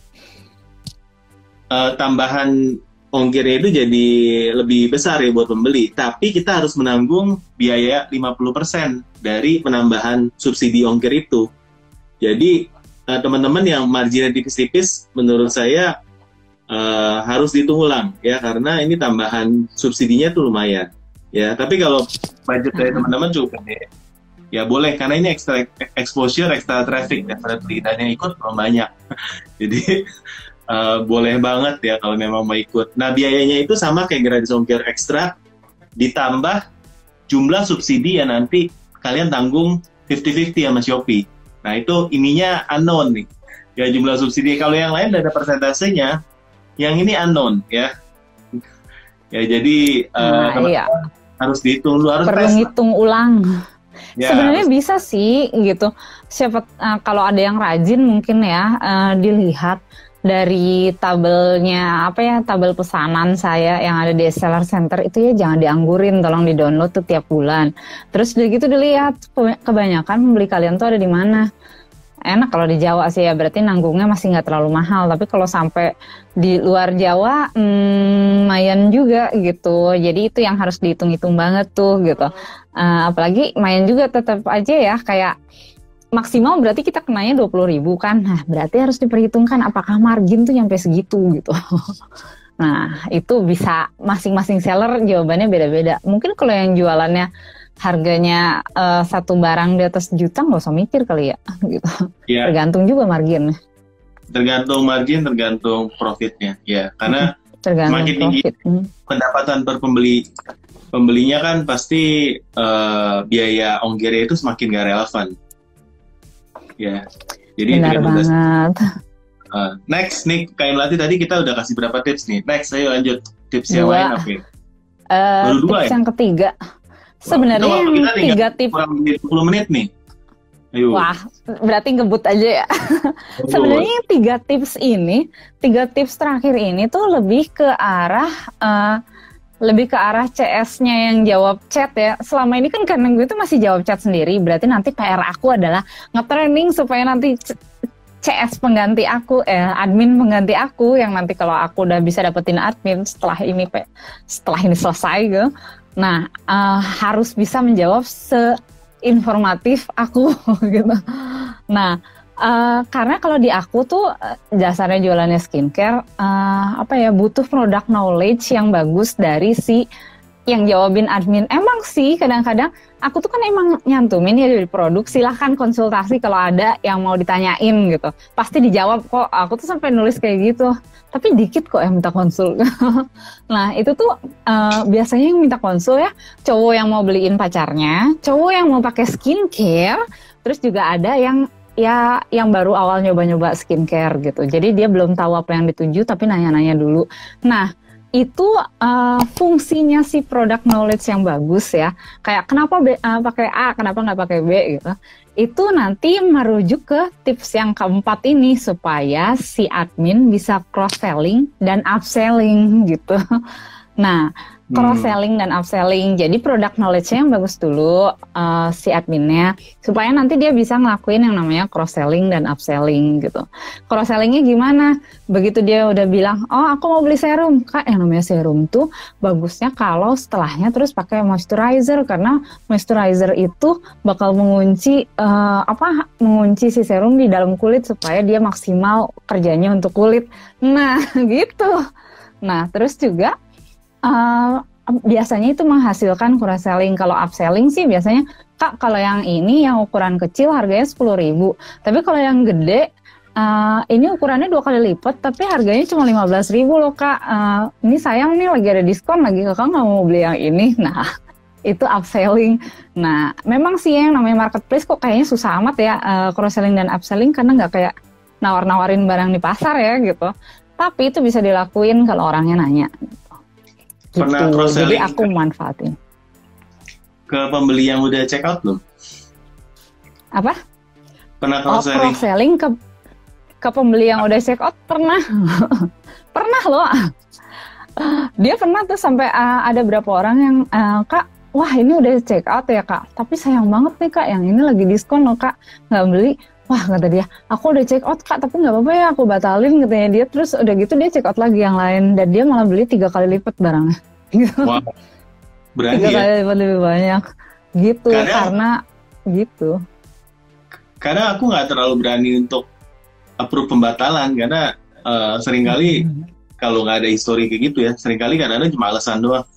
tambahan ongkirnya itu jadi lebih besar ya buat pembeli. Tapi kita harus menanggung biaya 50% dari penambahan subsidi ongkir itu. Jadi teman-teman yang marginnya tipis-tipis, menurut saya harus dihitung ulang ya, karena ini tambahan subsidinya tuh lumayan ya. Tapi kalau budget dari teman-teman cukup gede ya boleh, karena ini extra exposure, extra traffic definitely, dan yang ikut belum banyak. Jadi boleh banget ya kalau memang mau ikut. Nah biayanya itu sama kayak gratis ongkir ekstra ditambah jumlah subsidi yang nanti kalian tanggung 50-50 sama Shopee. Nah itu ininya unknown nih ya, jumlah subsidi. Kalau yang lain udah ada persentasenya, yang ini unknown ya. Ya jadi Iya. harus dihitung dulu, harus Perlu tes. ngitung ulang. Ya, Sebenarnya bisa sih gitu. Siapa kalau ada yang rajin mungkin ya dilihat dari tabelnya apa ya, tabel pesanan saya yang ada di seller center itu ya, jangan dianggurin, tolong di-download tuh tiap bulan. Terus udah gitu dilihat kebanyakan pembeli kalian tuh ada di mana. Enak kalau di Jawa sih ya, berarti nanggungnya masih nggak terlalu mahal. Tapi kalau sampai di luar Jawa, lumayan juga gitu. Jadi itu yang harus dihitung-hitung banget tuh gitu. Apalagi lumayan juga tetap aja ya, kayak maksimal berarti kita kenanya 20.000 kan. Nah berarti harus diperhitungkan apakah margin tuh nyampe segitu gitu. Nah itu bisa masing-masing seller jawabannya beda-beda. Mungkin kalau yang jualannya harganya satu barang di atas juta nggak usah mikir kali ya gitu. ya. Tergantung juga marginnya. Tergantung margin, tergantung profitnya ya, karena Tergantung semakin tinggi profit. pendapatan per pembelinya kan pasti biaya ongkirnya itu semakin gak relevan ya. Jadi Benar tergantung banget. next nih, Kak Melati tadi kita udah kasih berapa tips nih. Next ayo lanjut, tips yang lain apa ya? Baru dua Tips ya? yang ketiga. Sebenarnya Itu waktu yang kita tinggal 3 tips kurang lebih 20 menit nih Ayo. Wah, berarti ngebut aja ya. Ayo. Sebenarnya tiga tips terakhir ini tuh lebih ke arah CS-nya yang jawab chat ya. Selama ini kan karena gue tuh masih jawab chat sendiri, berarti nanti PR aku adalah nge-training supaya nanti CS pengganti aku, admin pengganti aku yang nanti kalau aku udah bisa dapetin admin setelah ini selesai gitu. Nah, harus bisa menjawab seinformatif aku gitu. Nah, karena kalau di aku tuh dasarnya jualannya skincare, butuh product knowledge yang bagus dari si yang jawabin admin. Emang sih kadang-kadang aku tuh kan emang nyantumin ya dari produk, silahkan konsultasi kalau ada yang mau ditanyain gitu. Pasti dijawab kok, aku tuh sampai nulis kayak gitu. Tapi dikit kok yang minta konsul. Nah itu tuh biasanya yang minta konsul ya cowok yang mau beliin pacarnya, cowok yang mau pakai skincare, terus juga ada yang baru awal nyoba-nyoba skincare gitu. Jadi dia belum tahu apa yang dituju tapi nanya-nanya dulu. Nah itu fungsinya si product knowledge yang bagus ya. Kayak kenapa pakai A, kenapa nggak pakai B gitu. Itu nanti merujuk ke tips yang keempat ini supaya si admin bisa cross selling dan upselling gitu. Nah, cross selling dan upselling. Jadi product knowledge-nya yang bagus dulu si adminnya supaya nanti dia bisa ngelakuin yang namanya cross selling dan upselling gitu. Cross sellingnya gimana? Begitu dia udah bilang, "Oh, aku mau beli serum." Kak, yang namanya serum tuh bagusnya kalau setelahnya terus pakai moisturizer karena moisturizer itu bakal mengunci mengunci si serum di dalam kulit supaya dia maksimal kerjanya untuk kulit. Nah, gitu. Nah, terus juga biasanya itu menghasilkan cross selling. Kalau upselling sih biasanya, Kak, kalau yang ini yang ukuran kecil harganya 10.000. Tapi kalau yang gede ini ukurannya 2 kali lipat tapi harganya cuma 15.000 loh, Kak. Ini sayang nih lagi ada diskon lagi, Kakak nggak mau beli yang ini. Nah, itu upselling. Nah, memang sih yang namanya marketplace kok kayaknya susah amat ya cross selling dan upselling karena nggak kayak nawar-nawarin barang di pasar ya gitu. Tapi itu bisa dilakuin kalau orangnya nanya. Pernah Gitu. cross selling Jadi aku manfaatin. ke pembeli yang udah check out belum? Apa? Pernah cross selling? Cross selling ke pembeli yang udah check out pernah. Pernah loh. Dia pernah tuh sampai ada berapa orang yang Kak, wah ini udah check out ya Kak, tapi sayang banget nih Kak, yang ini lagi diskon loh Kak, nggak beli. Wah kata dia, aku udah check out Kak, tapi nggak apa-apa ya, aku batalin katanya dia. Terus udah gitu dia check out lagi yang lain dan dia malah beli 3 kali lipat barangnya. Wah, berani 3 ya? kali lipat lebih banyak. Gitu, karena gitu. Karena aku nggak terlalu berani untuk approve pembatalan karena seringkali kalau nggak ada histori kayak gitu ya, seringkali kadang-kadang cuma alasan doang.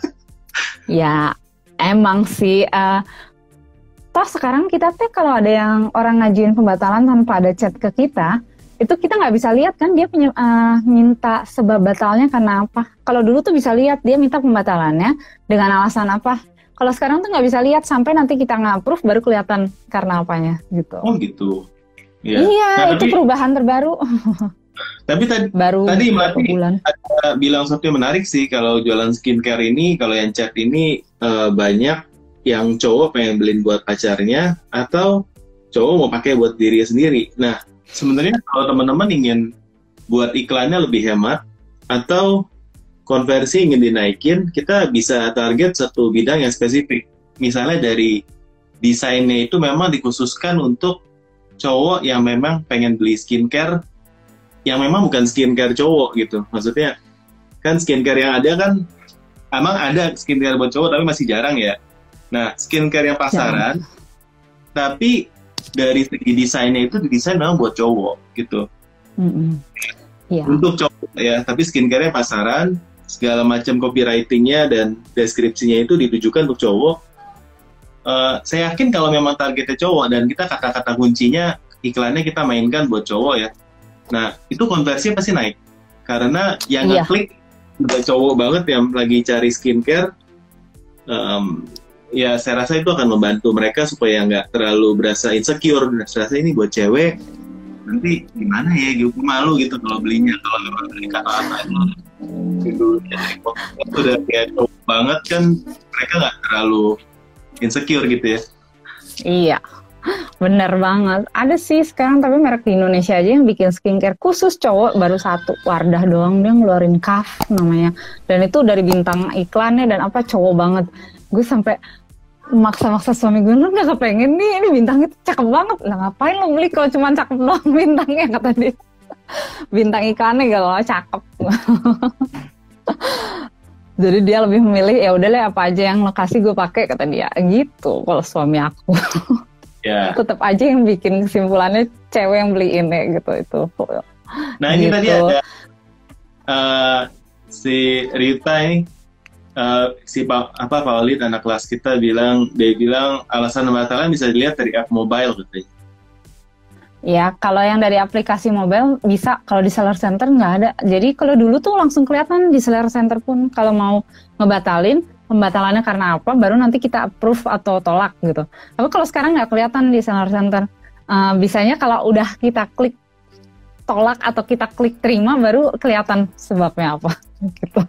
Ya, emang sih. Toh sekarang kita tuh kalau ada yang orang ngajuin pembatalan tanpa ada chat ke kita, itu kita nggak bisa lihat kan dia minta sebab batalnya karena apa. Kalau dulu tuh bisa lihat dia minta pembatalannya dengan alasan apa. Kalau sekarang tuh nggak bisa lihat sampai nanti kita nge-approve baru kelihatan karena apanya gitu. Oh gitu. Ya. Iya, nah, itu perubahan terbaru. Tapi tadi Melati ada bilang sesuatu yang menarik sih, kalau jualan skincare ini, kalau yang chat ini banyak yang cowok pengen beliin buat pacarnya atau cowok mau pakai buat dirinya sendiri. Nah, sebenarnya kalau teman-teman ingin buat iklannya lebih hemat atau konversi ingin dinaikin, kita bisa target satu bidang yang spesifik. Misalnya dari desainnya itu memang dikhususkan untuk cowok yang memang pengen beli skincare yang memang bukan skincare cowok gitu. Maksudnya kan skincare yang ada kan emang ada skincare buat cowok tapi masih jarang ya. Nah, skincare yang pasaran, tapi dari segi desainnya itu didesain memang buat cowok gitu. Untuk cowok ya, tapi skincare-nya pasaran, segala macam copywriting-nya dan deskripsinya itu ditujukan untuk cowok. Saya yakin kalau memang targetnya cowok dan kita kata-kata kuncinya iklannya kita mainkan buat cowok ya. Nah, itu konversinya pasti naik. Karena yang ngeklik udah cowok banget yang lagi cari skincare. Ya saya rasa itu akan membantu mereka supaya nggak terlalu berasa insecure. Saya rasa ini buat cewek, nanti gimana ya, gue malu gitu kalau belinya, kalau nggak beli kata-kata itu udah kayak cowok banget kan, mereka nggak terlalu insecure gitu ya. Iya, Bener banget. Ada sih sekarang tapi merek di Indonesia aja yang bikin skincare khusus cowok baru satu Wardah doang dia ngeluarin Kaf namanya. Dan itu dari bintang iklannya dan apa cowok banget. Gue sampai maksa-maksa suami gue lu nggak kepengen nih ini bintangnya cakep banget lah ngapain lo beli kalau cuma cakep doang bintangnya kata dia. Bintang iklannya kalau cakep. Jadi dia lebih memilih ya udah deh apa aja yang lokasi gue pakai kata dia gitu kalau suami aku. Ya. Tetap aja yang bikin kesimpulannya cewek yang beliin ya gitu itu. Nah ini gitu. tadi ada si Rita ini Pak Walid anak kelas kita dia bilang alasan pembatalan bisa dilihat dari app mobile katanya. Ya, kalau yang dari aplikasi mobile bisa, kalau di seller center nggak ada. Jadi kalau dulu tuh langsung kelihatan di seller center pun kalau mau ngebatalin, pembatalannya karena apa, baru nanti kita approve atau tolak gitu. Tapi kalau sekarang nggak kelihatan di seller center. Bisanya kalau udah kita klik tolak atau kita klik terima, baru kelihatan sebabnya apa gitu.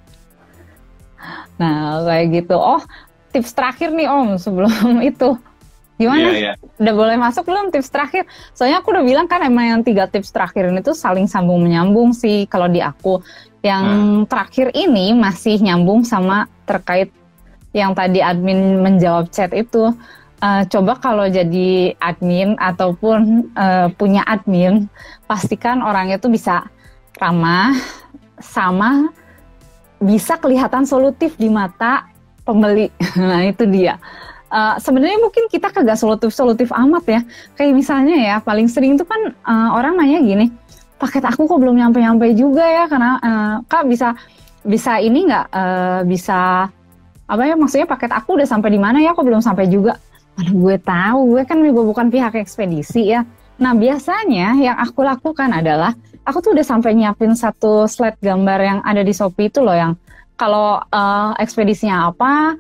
Nah, kayak gitu. Oh, tips terakhir nih Om sebelum itu. Gimana? Yeah. Udah boleh masuk belum tips terakhir? Soalnya aku udah bilang kan emang yang 3 tips terakhir ini tuh saling sambung menyambung sih kalau di aku. Yang terakhir ini masih nyambung sama terkait yang tadi admin menjawab chat itu. Coba kalau jadi admin ataupun punya admin, pastikan orangnya tuh bisa ramah sama bisa kelihatan solutif di mata pembeli. Nah itu dia. Sebenarnya mungkin kita kagak solutif amat ya. Kayak misalnya ya paling sering itu kan orang nanya gini, paket aku kok belum nyampe juga ya karena Kak bisa ini nggak bisa apa ya maksudnya paket aku udah sampai di mana ya kok belum sampai juga. Aduh gue tahu gue kan juga bukan pihak ekspedisi ya. Nah biasanya yang aku lakukan adalah aku tuh udah sampai nyiapin satu slide gambar yang ada di Shopee itu loh yang kalau ekspedisinya apa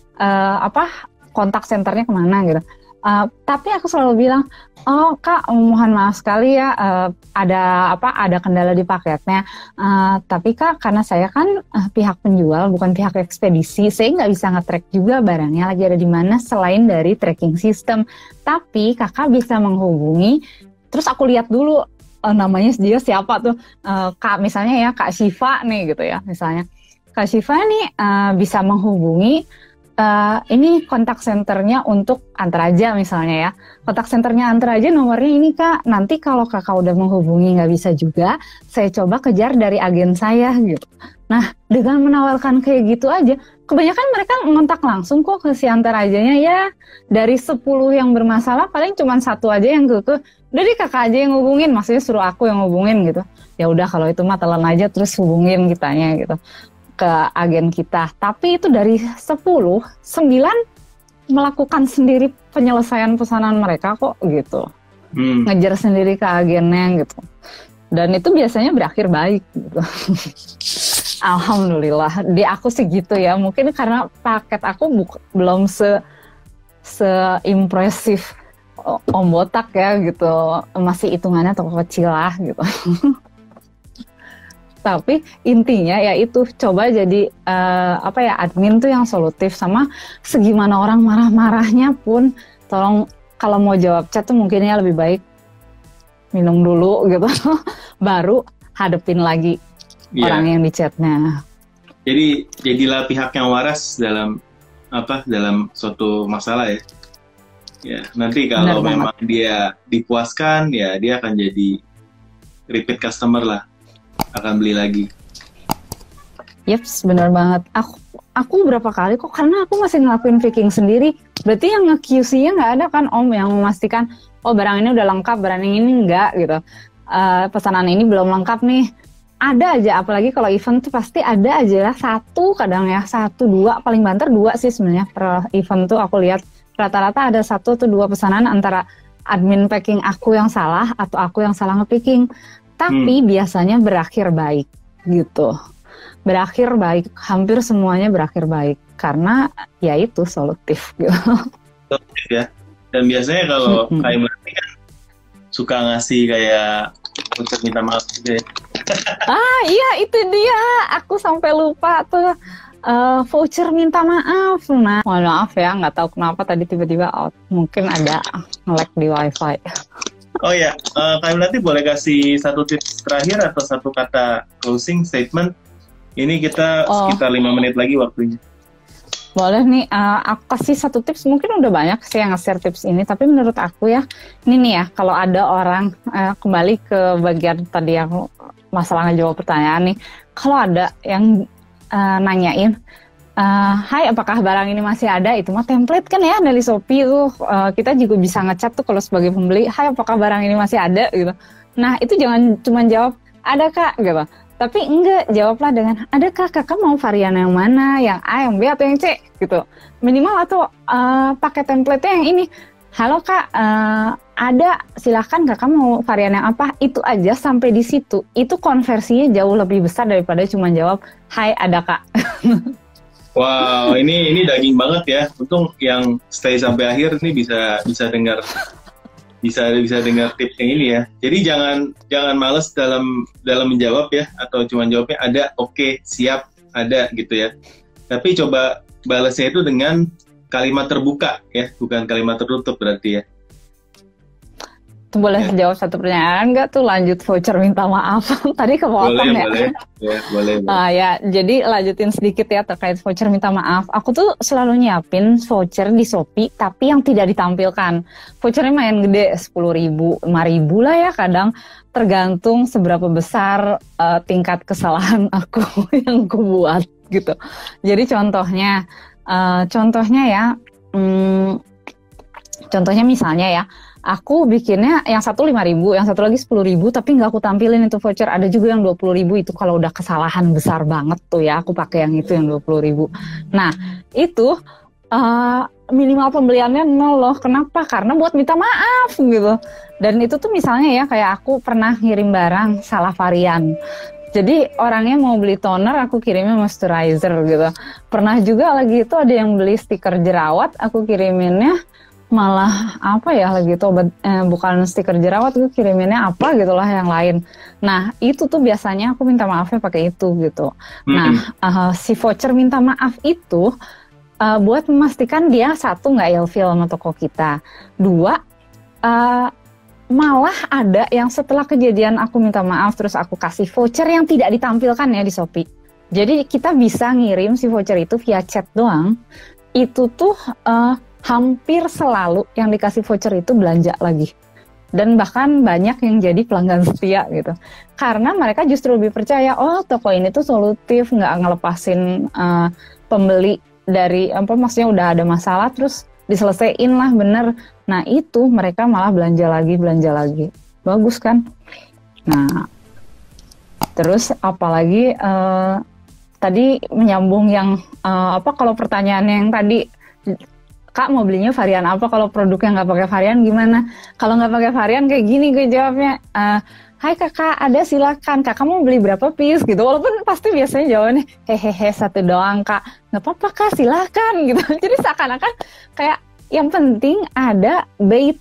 kontak senternya kemana gitu. Tapi aku selalu bilang, oh Kak, mohon maaf sekali ya, ada kendala di paketnya. Tapi Kak, karena saya kan pihak penjual, bukan pihak ekspedisi, saya nggak bisa nge-track juga barangnya lagi ada di mana selain dari tracking system. Tapi Kakak bisa menghubungi, terus aku lihat dulu namanya dia siapa tuh, Kak misalnya ya Kak Syifa nih gitu ya, misalnya Kak Syifa nih bisa menghubungi. Ini kontak senternya untuk Antaraja misalnya ya. Kontak senternya Antaraja nomornya ini Kak. Nanti kalau Kakak udah menghubungi nggak bisa juga, saya coba kejar dari agen saya gitu. Nah dengan menawarkan kayak gitu aja, kebanyakan mereka ngontak langsung kok ke si Antarajanya ya. Dari 10 yang bermasalah paling cuma 1 aja yang kekeh. Udah deh Kakak aja yang hubungin, maksudnya suruh aku yang hubungin gitu. Ya udah kalau itu mah telan aja terus hubungin kitanya gitu ke agen kita. Tapi itu dari 10, 9 melakukan sendiri penyelesaian pesanan mereka kok gitu. Ngejar sendiri ke agennya gitu. Dan itu biasanya berakhir baik gitu. Alhamdulillah. Di aku sih gitu ya. Mungkin karena paket aku belum se-impresif Om Botak ya gitu. Masih hitungannya toko kecil lah gitu. Tapi intinya ya itu coba jadi admin tuh yang solutif sama segimana orang marah-marahnya pun tolong kalau mau jawab chat tuh mungkinnya lebih baik minum dulu gitu baru hadepin lagi orang yang di chatnya. Jadi jadilah pihak yang waras dalam suatu masalah ya. Ya nanti kalau memang dia dipuaskan ya dia akan jadi repeat customer lah. Akan beli lagi. Yeps, benar banget. Aku berapa kali kok karena aku masih ngelakuin picking sendiri. Berarti yang nge-QC-nya nggak ada kan Om yang memastikan oh barang ini udah lengkap, barang ini enggak gitu. Pesanan ini belum lengkap nih. Ada aja, apalagi kalau event tuh pasti ada aja lah 1 kadang ya 1, 2 paling banter 2 sih sebenarnya per event tuh aku lihat rata-rata ada 1 atau 2 pesanan antara admin packing aku yang salah atau aku yang salah nge-picking. Tapi biasanya berakhir baik gitu. Berakhir baik, hampir semuanya berakhir baik. Karena ya itu solutif gitu. Solutif ya. Dan biasanya kalau kayak berarti kan suka ngasih kayak untuk minta maaf juga ya. Iya itu dia. Aku sampai lupa tuh. voucher minta maaf. Nah, mohon maaf ya, nggak tahu kenapa tadi tiba-tiba out. Mungkin ada lag di wifi. Oh ya, Kak Melati boleh kasih satu tips terakhir atau satu kata closing statement? Ini kita sekitar 5 menit lagi waktunya. Boleh nih, aku kasih satu tips. Mungkin udah banyak sih yang nge-share tips ini, tapi menurut aku ya, ini nih ya, kalau ada orang, kembali ke bagian tadi aku masalah ngejawab pertanyaan nih, kalau ada yang nanyain, hai apakah barang ini masih ada, itu mah template kan ya dari Shopee tuh, kita juga bisa ngechat tuh kalau sebagai pembeli, hai apakah barang ini masih ada gitu. Nah itu jangan cuma jawab, ada kak gitu. Tapi enggak, jawablah dengan, adakah kakak mau varian yang mana, yang A, yang B, atau yang C, gitu. Minimal atau pakai template-nya yang ini. Halo kak, ada, silahkan kakak mau varian yang apa, itu aja sampai di situ. Itu konversinya jauh lebih besar daripada cuma jawab, hai ada kak. Wow, ini daging banget ya. Untung yang stay sampai akhir ini bisa dengar. Bisa dengar tips yang ini ya. Jadi jangan males dalam menjawab ya, atau cuma jawabnya ada, oke, siap, ada gitu ya. Tapi coba balasnya itu dengan kalimat terbuka ya, bukan kalimat tertutup berarti ya. Boleh jawab satu pertanyaan nggak tuh, lanjut voucher minta maaf. Tadi kepotong ya. Boleh. Ya, jadi lanjutin sedikit ya terkait voucher minta maaf. Aku tuh selalu nyiapin voucher di Shopee, tapi yang tidak ditampilkan. Vouchernya main gede, 10.000, 5.000 lah ya kadang. Tergantung seberapa besar tingkat kesalahan aku yang aku buat gitu. Jadi contohnya ya, contohnya misalnya ya, aku bikinnya yang satu 5.000, yang satu lagi 10.000, tapi nggak aku tampilin itu voucher. Ada juga yang 20.000, itu kalau udah kesalahan besar banget tuh ya, aku pakai yang itu yang 20.000. Nah, itu minimal pembeliannya 0 loh. Kenapa? Karena buat minta maaf gitu. Dan itu tuh misalnya ya, kayak aku pernah ngirim barang salah varian. Jadi orangnya mau beli toner, aku kirimnya moisturizer gitu. Pernah juga lagi itu ada yang beli stiker jerawat, aku kiriminnya malah apa ya lagi itu bukan stiker jerawat, gue kiriminnya apa gitulah yang lain. Nah itu tuh biasanya aku minta maafnya pakai itu gitu. Nah si voucher minta maaf itu buat memastikan dia satu nggak ilfeel sama toko kita, dua malah ada yang setelah kejadian aku minta maaf terus aku kasih voucher yang tidak ditampilkan ya di Shopee. Jadi kita bisa ngirim si voucher itu via chat doang. Itu tuh hampir selalu yang dikasih voucher itu belanja lagi. Dan bahkan banyak yang jadi pelanggan setia gitu. Karena mereka justru lebih percaya, oh toko ini tuh solutif, nggak ngelepasin pembeli dari, maksudnya udah ada masalah terus diselesaiin lah bener. Nah itu mereka malah belanja lagi. Bagus kan? Nah, terus apalagi tadi menyambung yang, kalau pertanyaannya yang tadi, Kak mau belinya varian apa, kalau produknya nggak pakai varian gimana? Kalau nggak pakai varian kayak gini gue jawabnya, hai kakak ada silakan, kakak mau beli berapa piece gitu. Walaupun pasti biasanya jawabannya hehehe satu doang kak, nggak apa-apa kak silakan gitu. Jadi seakan-akan kayak yang penting ada bait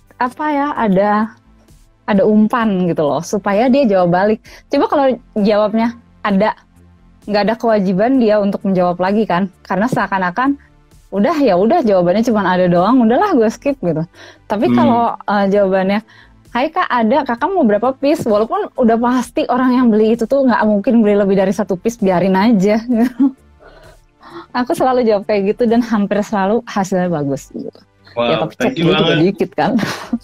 ada umpan gitu loh, supaya dia jawab balik. Coba kalau jawabnya ada, nggak ada kewajiban dia untuk menjawab lagi kan, karena seakan-akan udah jawabannya cuma ada doang, udahlah gue skip gitu. Tapi kalau jawabannya, hai kak ada, kakak mau berapa piece, walaupun udah pasti orang yang beli itu tuh nggak mungkin beli lebih dari 1 piece, biarin aja. Aku selalu jawab kayak gitu dan hampir selalu hasilnya bagus gitu. Wow, ya tapi ceknya juga dikit kan.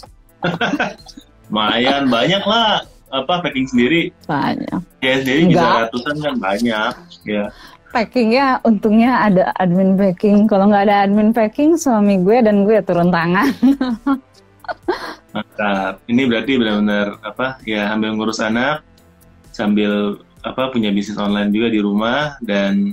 Lumayan banyak lah, packing sendiri. Banyak. Ya sendiri bisa ratusan kan, banyak ya. Packingnya untungnya ada admin packing. Kalau nggak ada admin packing, suami gue dan gue turun tangan. Mantap. Ini berarti benar-benar sambil ngurus anak, sambil punya bisnis online juga di rumah, dan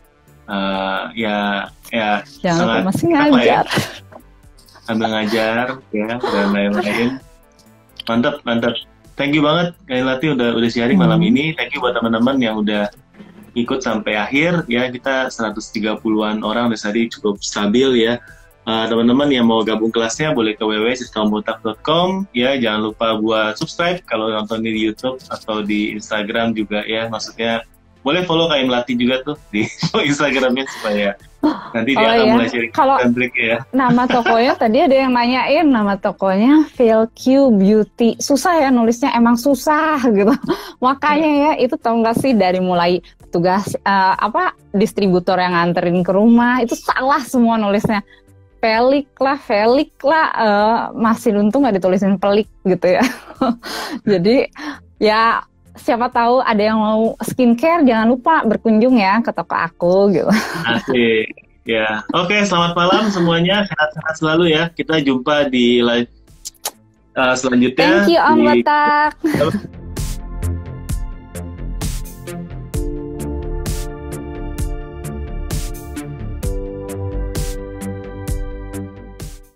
jangan lupa masih ngajar. Sambil ngajar ya dan lain-lain. Mantap. Thank you banget Kak Melati udah sharing malam ini. Thank you buat teman-teman yang udah ikut sampai akhir ya. Kita 130-an orang udah tadi, cukup stabil ya. Teman-teman yang mau gabung kelasnya boleh ke www.sistembotak.com ya. Jangan lupa buat subscribe kalau nonton di YouTube atau di Instagram juga ya. Maksudnya boleh follow Kak Melati juga tuh di Instagramnya supaya nanti dia Oh akan iya, mulai sharing kalau triknya ya. nama tokonya tadi ada yang nanyain nama tokonya VQ Beauty. Susah ya nulisnya, emang susah gitu. Makanya ya itu tau gak sih dari mulai tugas distributor yang nganterin ke rumah itu salah semua nulisnya. Felik lah, masih untung nggak ditulisin pelik gitu ya. Jadi ya siapa tahu ada yang mau skincare, jangan lupa berkunjung ya ke toko aku gitu. Asik. Ya, oke, selamat malam semuanya, sehat-sehat selalu ya. Kita jumpa di live selanjutnya. Thank you Om Botak.